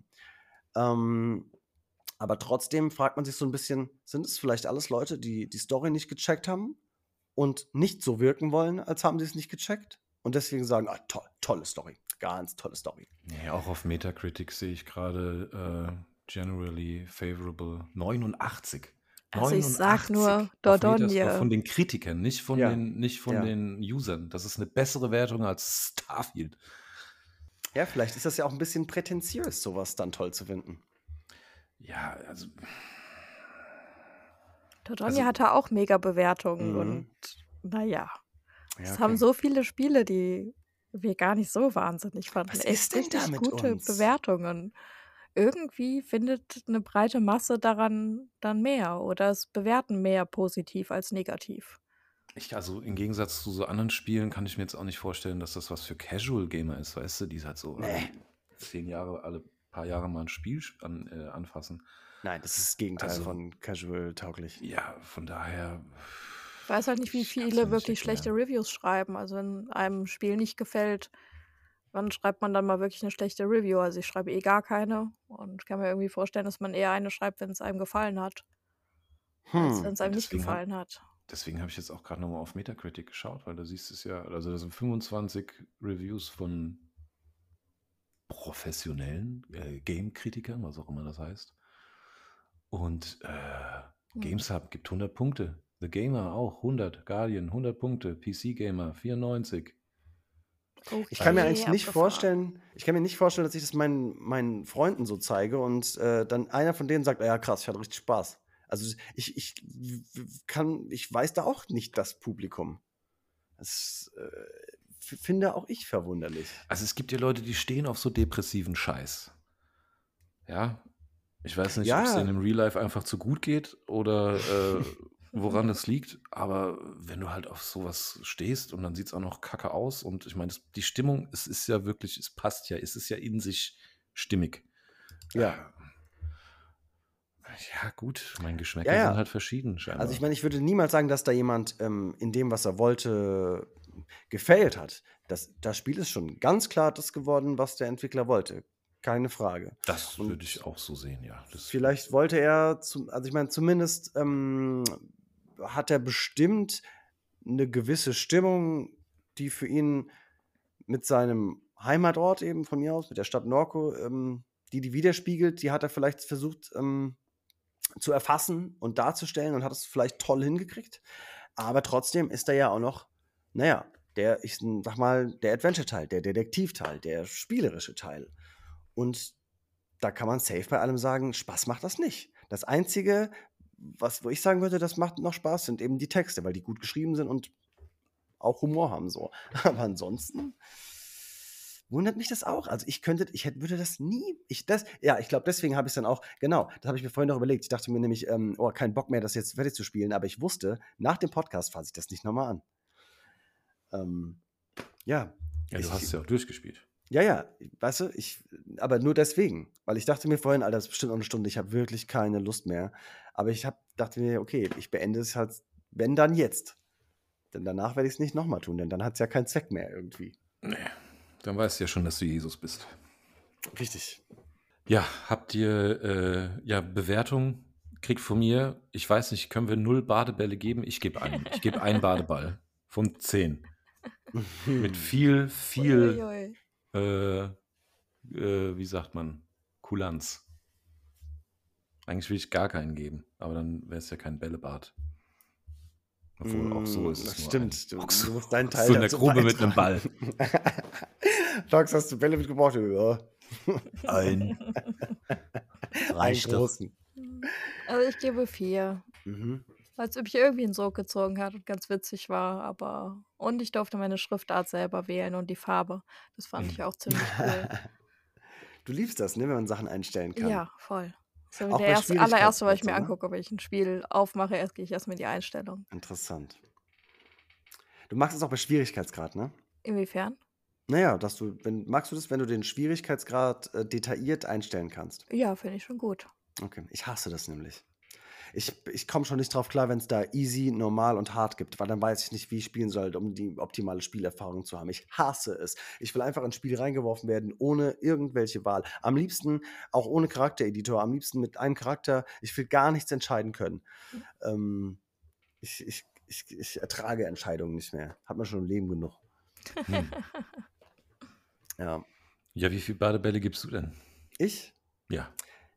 Aber trotzdem fragt man sich so ein bisschen, sind es vielleicht alles Leute, die die Story nicht gecheckt haben und nicht so wirken wollen, als haben sie es nicht gecheckt? Und deswegen sagen, tolle Story. Ganz tolle Story. Nee, auch auf Metacritic sehe ich gerade generally favorable 89. Also ich sag nur Dordogne. Von den Kritikern, nicht von den Usern. Das ist eine bessere Wertung als Starfield. Ja, vielleicht ist das ja auch ein bisschen prätentiös, sowas dann toll zu finden. Ja, also Dordogne hatte auch mega Bewertungen und naja. Es haben so viele Spiele, die wir gar nicht so wahnsinnig fanden. Was ist denn da mit gute uns? Bewertungen. Irgendwie findet eine breite Masse daran dann mehr oder es bewerten mehr positiv als negativ. Also im Gegensatz zu so anderen Spielen kann ich mir jetzt auch nicht vorstellen, dass das was für Casual Gamer ist, weißt du, die halt so alle paar Jahre mal ein Spiel anfassen. Nein, das ist das Gegenteil von Casual tauglich. Ja, von daher. Ich weiß halt nicht, wie viele wirklich schlechte Reviews schreiben. Also wenn einem Spiel nicht gefällt, wann schreibt man dann mal wirklich eine schlechte Review? Also ich schreibe gar keine und kann mir irgendwie vorstellen, dass man eher eine schreibt, wenn es einem gefallen hat, als wenn es einem nicht gefallen hat. Deswegen habe ich jetzt auch gerade nochmal auf Metacritic geschaut, weil da siehst du es ja, also da sind 25 Reviews von professionellen Game-Kritikern, was auch immer das heißt. Und GamesHub gibt 100 Punkte. The Gamer auch 100. Guardian 100 Punkte. PC Gamer 94. Ich kann mir eigentlich nicht vorstellen, dass ich das meinen Freunden so zeige und dann einer von denen sagt, ja krass, ich hatte richtig Spaß. Also ich weiß da auch nicht das Publikum. Das finde auch ich verwunderlich. Also es gibt ja Leute, die stehen auf so depressiven Scheiß. Ja, ich weiß nicht, ob es denen im Real Life einfach zu gut geht oder woran das liegt, aber wenn du halt auf sowas stehst und dann sieht es auch noch kacke aus und ich meine, die Stimmung, es ist ja wirklich, es passt ja, es ist ja in sich stimmig. Ja. Ja, gut, meine Geschmäcker sind halt verschieden scheinbar. Also ich meine, ich würde niemals sagen, dass da jemand in dem, was er wollte, gefailt hat. Das Spiel ist schon ganz klar das geworden, was der Entwickler wollte. Keine Frage. Das würde ich auch so sehen, ja. Vielleicht wollte er, also ich meine, zumindest hat er bestimmt eine gewisse Stimmung, die für ihn mit seinem Heimatort eben von mir aus, mit der Stadt Norco, die widerspiegelt, die hat er vielleicht versucht zu erfassen und darzustellen und hat es vielleicht toll hingekriegt. Aber trotzdem ist er ja auch noch, naja, der Adventure-Teil, der Detektiv-Teil, der spielerische Teil. Und da kann man safe bei allem sagen, Spaß macht das nicht. Das Einzige, wo ich sagen würde, das macht noch Spaß, sind eben die Texte, weil die gut geschrieben sind und auch Humor haben so. Aber ansonsten wundert mich das auch. Also würde das nie, ich glaube, deswegen habe ich es dann auch, genau, das habe ich mir vorhin noch überlegt. Ich dachte mir nämlich, kein Bock mehr, das jetzt fertig zu spielen, aber ich wusste, nach dem Podcast fasse ich das nicht nochmal an. Ja, du hast es ja auch durchgespielt. Ja, weißt du, aber nur deswegen, weil ich dachte mir vorhin, Alter, das ist bestimmt noch eine Stunde, ich habe wirklich keine Lust mehr. Aber dachte mir, okay, ich beende es halt, wenn dann jetzt. Denn danach werde ich es nicht nochmal tun, denn dann hat es ja keinen Zweck mehr irgendwie. Nee, dann weißt du ja schon, dass du Jesus bist. Richtig. Ja, habt ihr, Bewertung, kriegt von mir, ich weiß nicht, können wir 0 Badebälle geben? Ich gebe einen. Ich gebe einen Badeball von 10. Mit viel, wie sagt man, Kulanz. Eigentlich will ich gar keinen geben, aber dann wäre es ja kein Bällebad. Obwohl, auch so ist es das nur stimmt. Du musst deinen Teil so in der Grube mit einem Ball. Dogs, hast du Bälle mitgebracht? Ja. Einen großen. Also ich gebe 4. Weil es mich irgendwie in den Sog gezogen hat und ganz witzig war, und ich durfte meine Schriftart selber wählen und die Farbe. Das fand ich auch ziemlich cool. Du liebst das, ne, wenn man Sachen einstellen kann. Ja, voll. Das ist Auch bei das allererste, was ich mir Schwierigkeitsgrad, angucke, wenn ich ein Spiel aufmache, gehe ich erstmal in die Einstellung. Interessant. Du magst es auch bei Schwierigkeitsgrad, ne? Inwiefern? Naja, magst du das, wenn du den Schwierigkeitsgrad detailliert einstellen kannst? Ja, finde ich schon gut. Okay, ich hasse das nämlich. Ich komme schon nicht drauf klar, wenn es da easy, normal und hart gibt, weil dann weiß ich nicht, wie ich spielen soll, um die optimale Spielerfahrung zu haben. Ich hasse es. Ich will einfach ins Spiel reingeworfen werden, ohne irgendwelche Wahl. Am liebsten auch ohne Charaktereditor, am liebsten mit einem Charakter. Ich will gar nichts entscheiden können. Ich ertrage Entscheidungen nicht mehr. Hat man schon im Leben genug. Ja. Ja, wie viele Badebälle gibst du denn? Ich? Ja.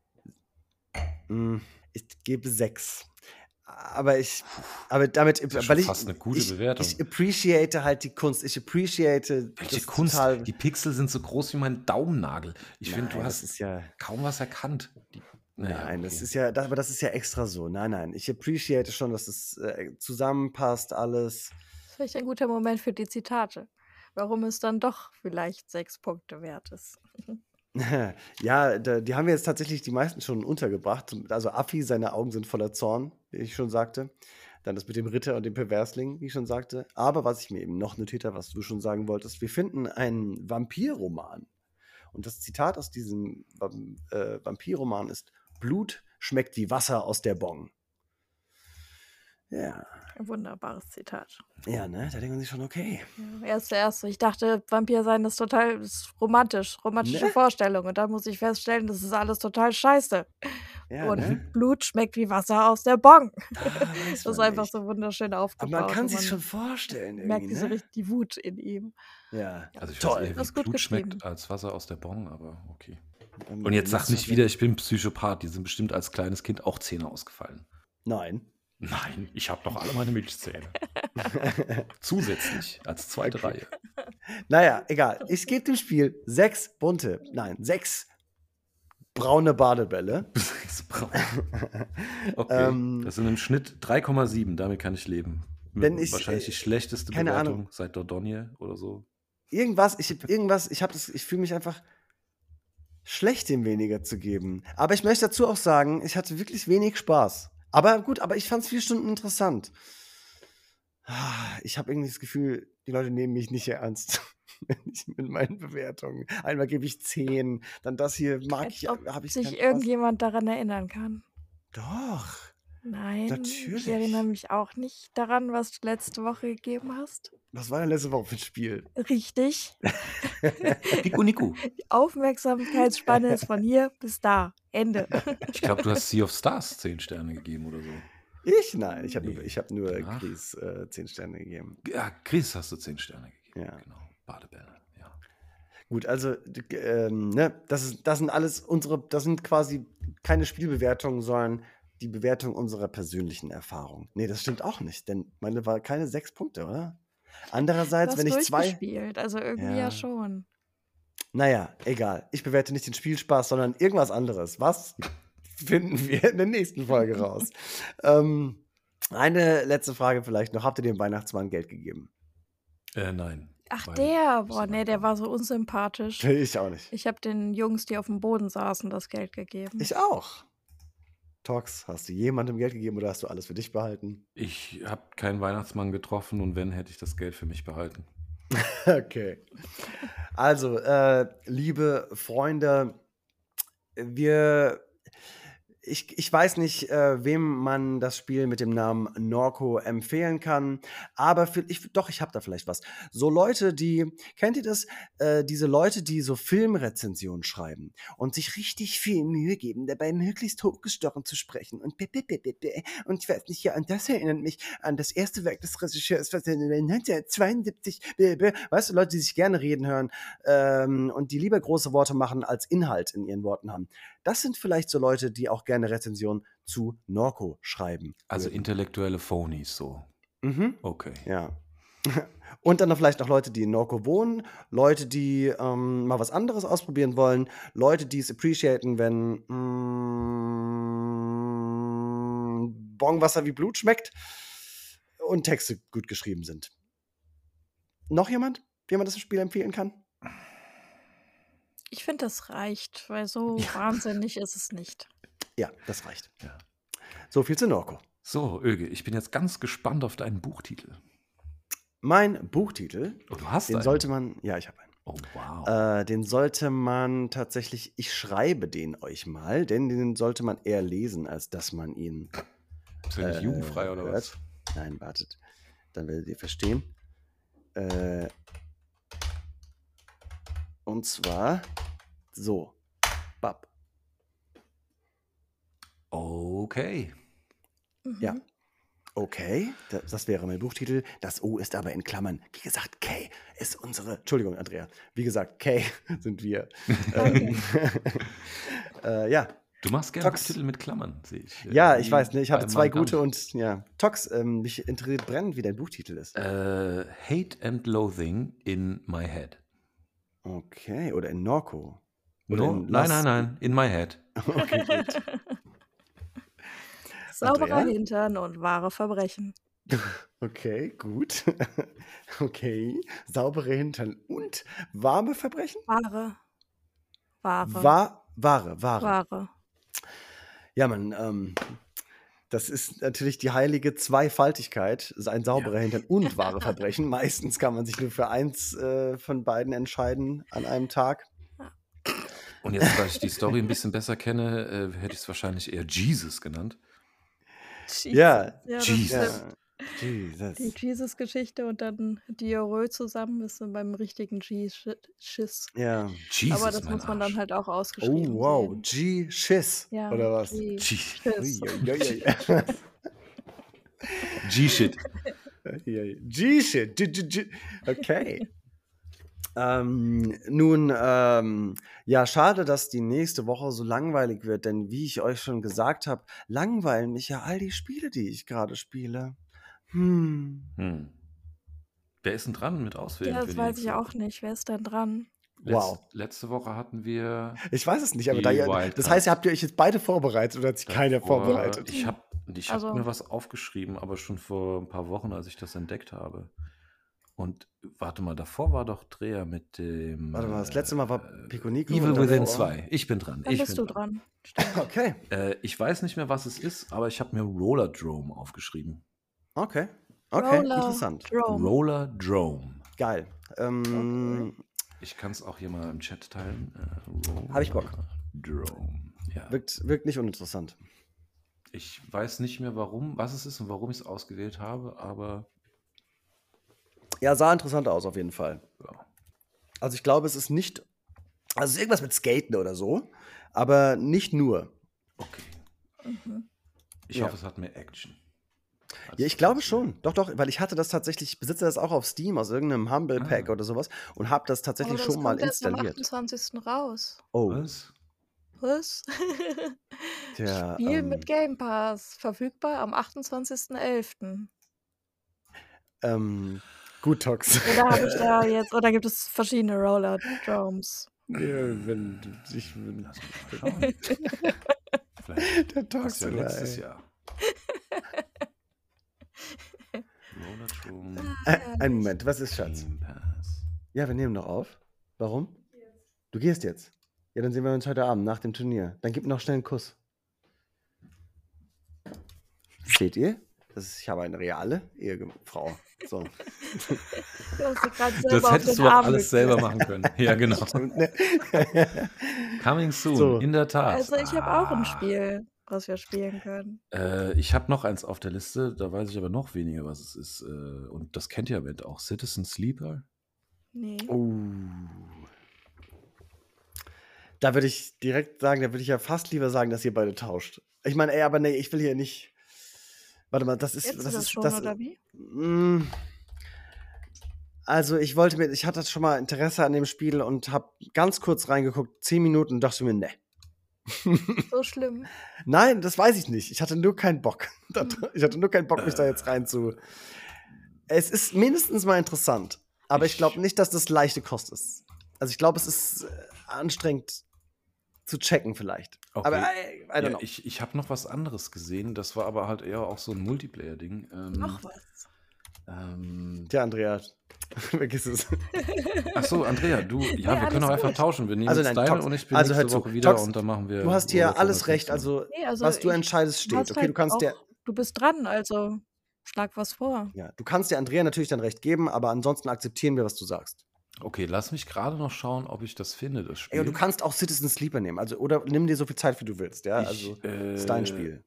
Ich gebe 6. Aber damit, das ist ja fast eine gute Bewertung. Ich appreciate halt die Kunst. Ich appreciate die Kunst. Die Pixel sind so groß wie mein Daumennagel. Ich finde, du hast kaum was erkannt. Nein, okay. Das ist ja extra so. Nein. Ich appreciate schon, dass es zusammenpasst, alles. Das ist vielleicht ein guter Moment für die Zitate. Warum es dann doch vielleicht 6 Punkte wert ist. Ja, die haben wir jetzt tatsächlich die meisten schon untergebracht. Also Affi, seine Augen sind voller Zorn, wie ich schon sagte. Dann das mit dem Ritter und dem Perversling, wie ich schon sagte. Aber was ich mir eben noch notiert habe, was du schon sagen wolltest, wir finden einen Vampirroman. Und das Zitat aus diesem Vampirroman ist: Blut schmeckt wie Wasser aus der Bong. Ja. Ein wunderbares Zitat. Ja, ne? Da denkt man sich schon, okay. Ja, er ist der Erste. Ich dachte, Vampir sein ist romantische Ne? Vorstellung. Und dann muss ich feststellen, das ist alles total scheiße. Ja, Und ne? Blut schmeckt wie Wasser aus der Bong. Weiß Das ist man einfach nicht. so wunderschön Aber aufgebaut. man kann und sich man schon vorstellen merkt irgendwie, so ne? richtig die Wut in ihm. Ja. Also ich Toll. weiß eher, Das wie ist gut Blut geschrieben. schmeckt als Wasser aus der Bong, aber okay. Dann Und jetzt sag musst nicht du- wieder, ich bin Psychopath. Die sind bestimmt als kleines Kind auch Zähne ausgefallen. Nein. Nein, ich habe doch alle meine Milchzähne. Zusätzlich als zweite Reihe. Naja, egal. Ich gebe dem Spiel 6 braune Badebälle. Ist braun. Okay, das sind im Schnitt 3,7. Damit kann ich leben. Wenn ich, Wahrscheinlich die schlechteste keine Bewertung Ahnung. seit Dordogne oder so. Ich fühle mich einfach schlecht, dem weniger zu geben. Aber ich möchte dazu auch sagen, ich hatte wirklich wenig Spaß. Aber gut, ich fand es 4 Stunden interessant. Ich habe irgendwie das Gefühl, die Leute nehmen mich nicht ernst. Mit meinen Bewertungen. Einmal gebe ich 10, dann das hier Als ob habe ich sich keinen Spaß. irgendjemand daran erinnern kann. Doch, Nein, natürlich. ich erinnere mich auch nicht daran, was du letzte Woche gegeben hast. Was war denn letzte Woche für ein Spiel? Richtig. Nico. Die Aufmerksamkeitsspanne ist von hier bis da. Ende. Ich glaube, du hast Sea of Stars 10 Sterne gegeben oder so. Nein, ich habe Nee. nur Ach. Chris 10 Sterne gegeben. Ja, Chris hast du 10 Sterne gegeben. Ja. Genau. Badebälle, ja. Gut, also ne, das sind alles das sind quasi keine Spielbewertungen, sondern die Bewertung unserer persönlichen Erfahrung. Nee, das stimmt auch nicht, denn meine war keine 6 Punkte, oder? Andererseits, Du wenn hast ich 2. durchgespielt, also irgendwie ja schon. Naja, egal. Ich bewerte nicht den Spielspaß, sondern irgendwas anderes. Was finden wir in der nächsten Folge raus? Eine letzte Frage vielleicht noch. Habt ihr dem Weihnachtsmann Geld gegeben? Nein. Ach, Weil- der, boah, nee, der war so unsympathisch. Ich auch nicht. Ich habe den Jungs, die auf dem Boden saßen, das Geld gegeben. Ich auch. Tox, hast du jemandem Geld gegeben oder hast du alles für dich behalten? Ich habe keinen Weihnachtsmann getroffen und wenn, hätte ich das Geld für mich behalten. Okay. Also, liebe Freunde, ich weiß nicht, wem man das Spiel mit dem Namen Norco empfehlen kann, aber ich habe da vielleicht was. So Leute, kennt ihr das? Diese Leute, die so Filmrezensionen schreiben und sich richtig viel Mühe geben, dabei möglichst hochgestochen zu sprechen und und ich weiß nicht, ja, und das erinnert mich an das erste Werk des Regisseurs, was 1972, weißt du, Leute, die sich gerne reden hören und die lieber große Worte machen, als Inhalt in ihren Worten haben. Das sind vielleicht so Leute, die auch gerne Rezensionen zu Norco schreiben. Also würden. intellektuelle Phonies so. Mhm. Okay. Ja. Und dann noch vielleicht noch Leute, die in Norco wohnen, Leute, die mal was anderes ausprobieren wollen, Leute, die es appreciaten, wenn Bongwasser wie Blut schmeckt und Texte gut geschrieben sind. Noch jemand, dem man das Spiel empfehlen kann? Ich finde, das reicht, weil so wahnsinnig ist es nicht. Ja, das reicht. Ja. So viel zu Norco. So, Öge, ich bin jetzt ganz gespannt auf deinen Buchtitel. Mein Buchtitel, Oh, du hast den einen? sollte man, ja, ich habe einen. Oh, wow. Den sollte man tatsächlich, ich schreibe den euch mal, denn den sollte man eher lesen, als dass man ihn Ist der nicht jugendfrei oder hört. was? Nein, wartet. Dann werdet ihr verstehen. Und zwar so. Bab. Okay. Ja. Okay, das wäre mein Buchtitel. Das O ist aber in Klammern. Wie gesagt, K ist unsere. Entschuldigung, Andrea. Wie gesagt, K sind wir. Ja. Du machst gerne Tox. Titel mit Klammern, sehe ich. Ja, ich weiß, ne? Ich hatte Bei 2 Mann gute Kampf. und ja. Tox, mich interessiert brennend, wie dein Buchtitel ist. Hate and Loathing in My Head. Okay, oder in Norco. Oder No? in Nein, in My Head. Okay, gut. Sauberer Andrea? Hintern und wahre Verbrechen. Okay, gut. Okay. Saubere Hintern und warme Verbrechen? Wahre. Wahre. Ja, Mann, das ist natürlich die heilige Zweifaltigkeit. Ein sauberer Hintern und wahre Verbrechen. Meistens kann man sich nur für eins von beiden entscheiden an einem Tag. Und jetzt, da ich die Story ein bisschen besser kenne, hätte ich es wahrscheinlich eher Jesus genannt. Ja, Ja, das Jesus. stimmt. Die Jesus. Jesus-Geschichte und dann Diarrhoe zusammen ist dann beim richtigen G-Schiss. Ja. Aber Jesus, das mein muss man dann Arsch. halt auch Oh, ausgeschrieben wow. sehen. G-Schiss. Ja, Oder was? G-Schiss. Uiuiui. G-Shit. G-Shit. Okay. Nun, ja, schade, dass die nächste Woche so langweilig wird, denn wie ich euch schon gesagt habe, langweilen mich ja all die Spiele, die ich gerade spiele. Wer ist denn dran mit Auswählen Ja, für das die weiß nächste ich auch Woche? nicht. Wer ist denn dran? Wow. Letzte Woche hatten wir Ich weiß es nicht, aber die das heißt, Wildcards. habt ihr euch jetzt beide vorbereitet oder hat sich keiner Davor, vorbereitet? ich habe Also- mir was aufgeschrieben, aber schon vor ein paar Wochen, als ich das entdeckt habe. Und warte mal, davor war doch Dreher mit dem Warte mal, das letzte Mal war Piconico. Evil und Within davor- 2. Ich bin dran. Dann Ich bist bin du dran. dran. Stimmt. Okay, Ich weiß nicht mehr, was es ist, aber ich habe mir Rollerdrome aufgeschrieben. okay, Roller interessant. Drome. Rollerdrome. Geil. Ich kann es auch hier mal im Chat teilen. Hab ich Bock. Rollerdrome. Ja. Wirkt nicht uninteressant. Ich weiß nicht mehr, was es ist und warum ich es ausgewählt habe, aber Ja, sah interessant aus auf jeden Fall. ja. Also ich glaube, es ist nicht, also es ist irgendwas mit Skaten oder so, aber nicht nur. Okay. Mhm. Ich Ja. hoffe, es hat mehr Action. Ja, ich glaube schon. Doch, weil ich hatte das tatsächlich, ich besitze das auch auf Steam aus irgendeinem Humble Pack oder sowas und habe das Aber tatsächlich das schon mal kommt erst am installiert. 28. raus. Oh, Was? Was? der, Spiel mit Game Pass. Verfügbar am 28.11. gut, Tox. Oder habe ich da jetzt, oder gibt es verschiedene Roller Dromes? Wenn ich, Lass mich mal schauen. Vielleicht der war Tox es ja immer, letztes ey. Jahr. Rollerdrome. Einen Moment, was ist, Schatz? Game Pass. Ja, wir nehmen noch auf. Warum? Du gehst jetzt. Ja, dann sehen wir uns heute Abend nach dem Turnier. Dann gib mir noch schnell einen Kuss. Seht ihr? Ich habe eine reale Ehefrau. So. Du hast dich grad selber Das auf hättest den du auch Arm alles gekriegt. selber machen können. Ja, genau. Ne? Coming soon, So. in der Tat. Also ich habe auch ein Spiel, was wir spielen können. Ich habe noch eins auf der Liste, da weiß ich aber noch weniger, was es ist. Und das kennt ihr ja mit auch. Citizen Sleeper. Nee. Oh. Da würde ich direkt sagen, da würde ich ja fast lieber sagen, dass ihr beide tauscht. Ich meine, ey, aber nee, ich will hier nicht. Warte mal, das ist. Kennst du Das das ist schon, das, oder wie? Also ich hatte schon mal Interesse an dem Spiel und habe ganz kurz reingeguckt, 10 Minuten und dachte mir, ne. So schlimm. Nein, das weiß ich nicht. Ich hatte nur keinen Bock. Ich hatte nur keinen Bock, mich da jetzt rein zu. Es ist mindestens mal interessant, aber ich glaube nicht, dass das leichte Kost ist. Also ich glaube, es ist anstrengend zu checken vielleicht. Okay. Aber I don't know. Ich habe noch was anderes gesehen, das war aber halt eher auch so ein Multiplayer-Ding. Noch was. Tja, Andrea, vergiss es. Achso, Andrea, du, ja, wir alles können auch einfach gut. tauschen. Wir nehmen Also jetzt nein, deine Tox. und ich bin Also hör nächste zu. Woche wieder Tox, und dann machen wir. Du hast hier Vodafone alles als recht. nächstes Mal. Also, Nee, also was du ich- entscheidest, Du steht. hast Okay, halt du kannst auch, der. du bist dran, also schlag was vor. Ja, du kannst der Andrea natürlich dann recht geben, aber ansonsten akzeptieren wir, was du sagst. Okay, lass mich gerade noch schauen, ob ich das finde, das Spiel. Ey, und du kannst auch Citizen Sleeper nehmen. Also, oder nimm dir so viel Zeit, wie du willst. Ja, also, ist dein Spiel.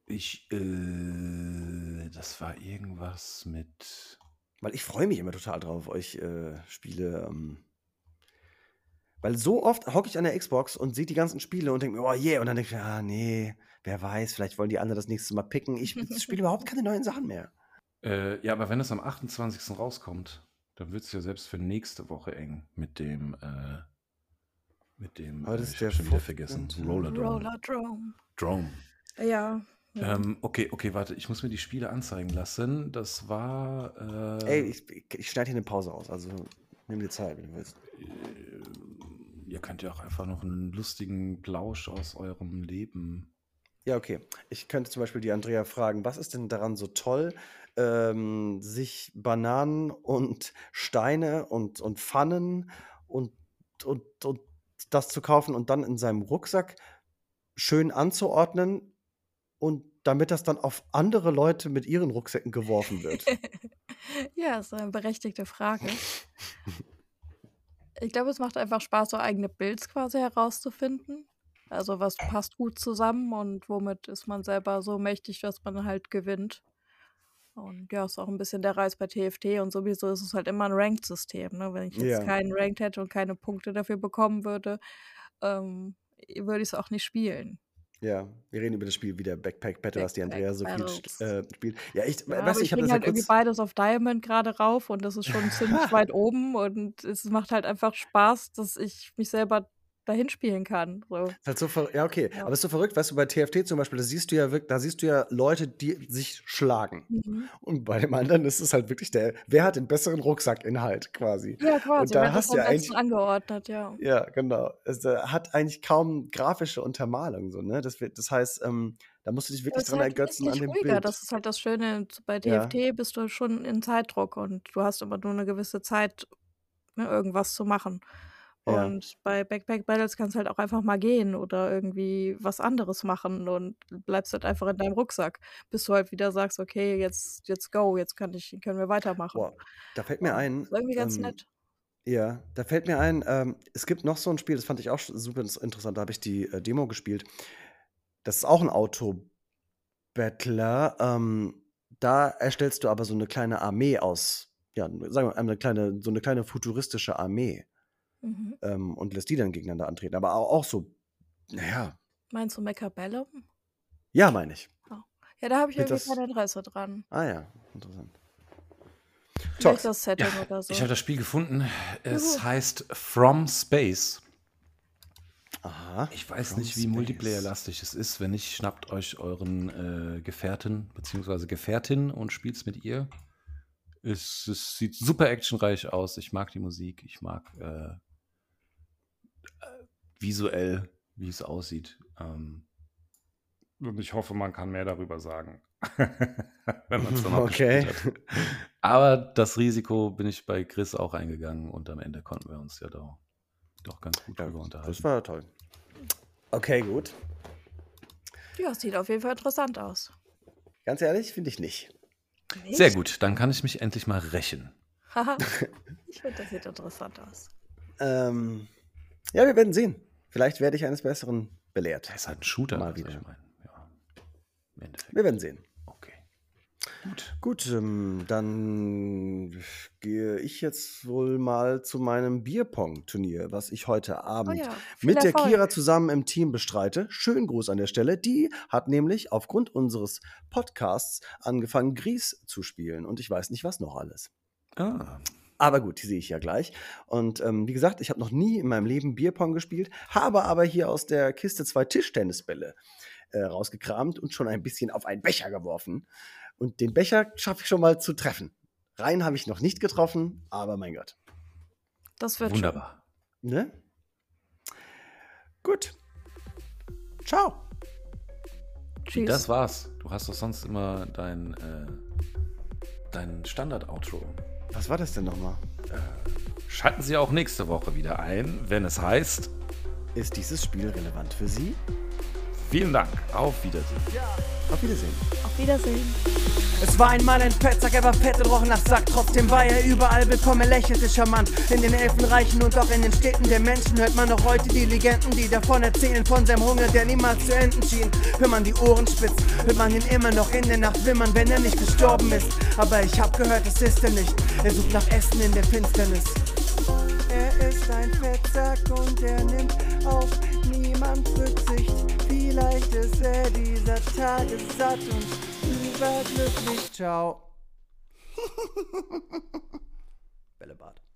Das war irgendwas mit. Weil ich freue mich immer total drauf, euch Spiele. Weil so oft hocke ich an der Xbox und sehe die ganzen Spiele und denke mir, oh yeah. Und dann denke ich mir, ah, nee, wer weiß, vielleicht wollen die anderen das nächste Mal picken. Ich spiele überhaupt keine neuen Sachen mehr. Ja, aber wenn es am 28. rauskommt, dann wird es ja selbst für nächste Woche eng mit dem. Heute ist ich der hab schon wieder 15. vergessen. Rollerdrome. Roller Drome. Drome. Ja. Okay, warte, ich muss mir die Spiele anzeigen lassen. Das war. Ey, ich schneide hier eine Pause aus. Also nimm dir Zeit, wenn du willst. Ihr könnt ja auch einfach noch einen lustigen Plausch aus eurem Leben. Ja, okay. Ich könnte zum Beispiel die Andrea fragen, was ist denn daran so toll, sich Bananen und Steine und Pfannen und das zu kaufen und dann in seinem Rucksack schön anzuordnen und damit das dann auf andere Leute mit ihren Rucksäcken geworfen wird. Ja, ist eine berechtigte Frage. Ich glaube, es macht einfach Spaß, so eigene Builds quasi herauszufinden. Also, was passt gut zusammen und womit ist man selber so mächtig, dass man halt gewinnt. Und ja, ist auch ein bisschen der Reiz bei TFT und sowieso ist es halt immer 'n Ranked-System, ne? Wenn ich jetzt Ja, keinen Ranked hätte und keine Punkte dafür bekommen würde, würde ich's auch nicht spielen. ja. Wir reden über das Spiel wieder, Backpack Battle, was die Backpack Andrea so viel Battles. spielt. Ja, Ja, weißt aber du, ich ich habe bringe das ja halt irgendwie kurz. beides auf Diamond grade rauf und das ist schon ziemlich weit oben und es macht halt einfach Spaß, dass ich mich selber dahin spielen kann, so. Ist halt so ja, okay. Ja. Aber es ist so verrückt, weißt du, bei TFT zum Beispiel, da siehst du ja Leute, die sich schlagen. Mhm. Und bei dem anderen ist es halt wirklich wer hat den besseren Rucksackinhalt quasi. Ja, Und quasi, wer da hat das hast du am ja besten eigentlich, angeordnet, ja. ja, genau. Es hat eigentlich kaum grafische Untermalung, so, ne? Das heißt, da musst du dich Ja, wirklich ist dran halt ergötzen an wesentlich dem ruhiger. Das Bild. ist halt das Schöne. Bei Ja, TFT bist du schon in Zeitdruck und du hast immer nur 'ne gewisse Zeit, ne, irgendwas zu machen. ja. Und bei Backpack Battles kannst du halt auch einfach mal gehen oder irgendwie was anderes machen und bleibst halt einfach in deinem Rucksack, bis du halt wieder sagst: „Okay, jetzt go, jetzt können wir weitermachen.“ Boah, da fällt mir Und ein, ist irgendwie ganz nett. ja, da fällt mir ein, es gibt noch so ein Spiel, das fand ich auch super interessant, da habe ich die Demo gespielt. Das ist auch ein Auto-Battler. Da erstellst du aber so eine kleine Armee aus, ja, sagen wir, so eine kleine futuristische Armee, Mhm. und lässt die dann gegeneinander antreten. Aber auch so, naja, Meinst du Mechabellum? ja, meine ich. Ja. Ja, da habe ich Wird irgendwie kein das Interesse dran. Ah ja, interessant. Vielleicht Tox. das Ja, Setting oder ich so. habe das Spiel gefunden. Juhu. Es heißt From Space. Aha. Ich weiß From nicht, wie Space. multiplayer-lastig es ist. Wenn nicht, schnappt euch euren Gefährten bzw. Gefährtin und spielt's mit ihr. Es sieht super actionreich aus. Ich mag die Musik. Ich mag visuell, wie es aussieht. Und ich hoffe, man kann mehr darüber sagen, wenn man es dann auch Okay. gespielt hat. Aber das Risiko bin ich bei Chris auch eingegangen und am Ende konnten wir uns ja doch ganz gut Ja, drüber das unterhalten. war toll. Okay, gut. Ja, sieht auf jeden Fall interessant aus. Ganz ehrlich, finde ich nicht. Nicht? Sehr gut, dann kann ich mich endlich mal rächen. Haha. Ich finde, das sieht interessant aus. Ja, wir werden sehen. Vielleicht werde ich eines Besseren belehrt. Das ist halt ein Shooter, Mal also wieder. ich meine. Ja, im Endeffekt. Wir werden sehen. Okay. Gut. Gut, dann gehe ich jetzt wohl mal zu meinem Bierpong-Turnier, was ich heute Oh Abend ja, viel mit der Erfolg. Kira zusammen im Team bestreite. Schönen Gruß an der Stelle. Die hat nämlich aufgrund unseres Podcasts angefangen, Gries zu spielen. Und ich weiß nicht, was noch alles. Ah, Aber gut, die sehe ich ja gleich. Und wie gesagt, ich habe noch nie in meinem Leben Bierpong gespielt, habe aber hier aus der Kiste 2 Tischtennisbälle rausgekramt und schon ein bisschen auf einen Becher geworfen. Und den Becher schaffe ich schon mal zu treffen. Rein habe ich noch nicht getroffen, aber mein Gott. Das wird wunderbar. Ne? Gut. Ciao. Schön. Tschüss. Das war's. Du hast doch sonst immer dein Standard-Outro. Was war das denn nochmal? Schalten Sie auch nächste Woche wieder ein, wenn es heißt, Ist dieses Spiel relevant für Sie? vielen Dank, auf Wiedersehen. Auf Wiedersehen. Auf Wiedersehen. Es war einmal ein Fettsack, er war fett und roch nach Sack. Trotzdem war er überall willkommen, er lächelte charmant. In den Elfenreichen und auch in den Städten der Menschen hört man noch heute die Legenden, die davon erzählen, von seinem Hunger, der niemals zu enden schien. Wenn man die Ohren spitzt, hört man ihn immer noch in der Nacht wimmern, wenn er nicht gestorben ist. Aber ich hab gehört, das ist er nicht. Er sucht nach Essen in der Finsternis. Er ist ein Fettsack und er nimmt auf niemand Rücksicht. Vielleicht ist er dieser Tage satt und überglücklich. Ciao. Bällebad.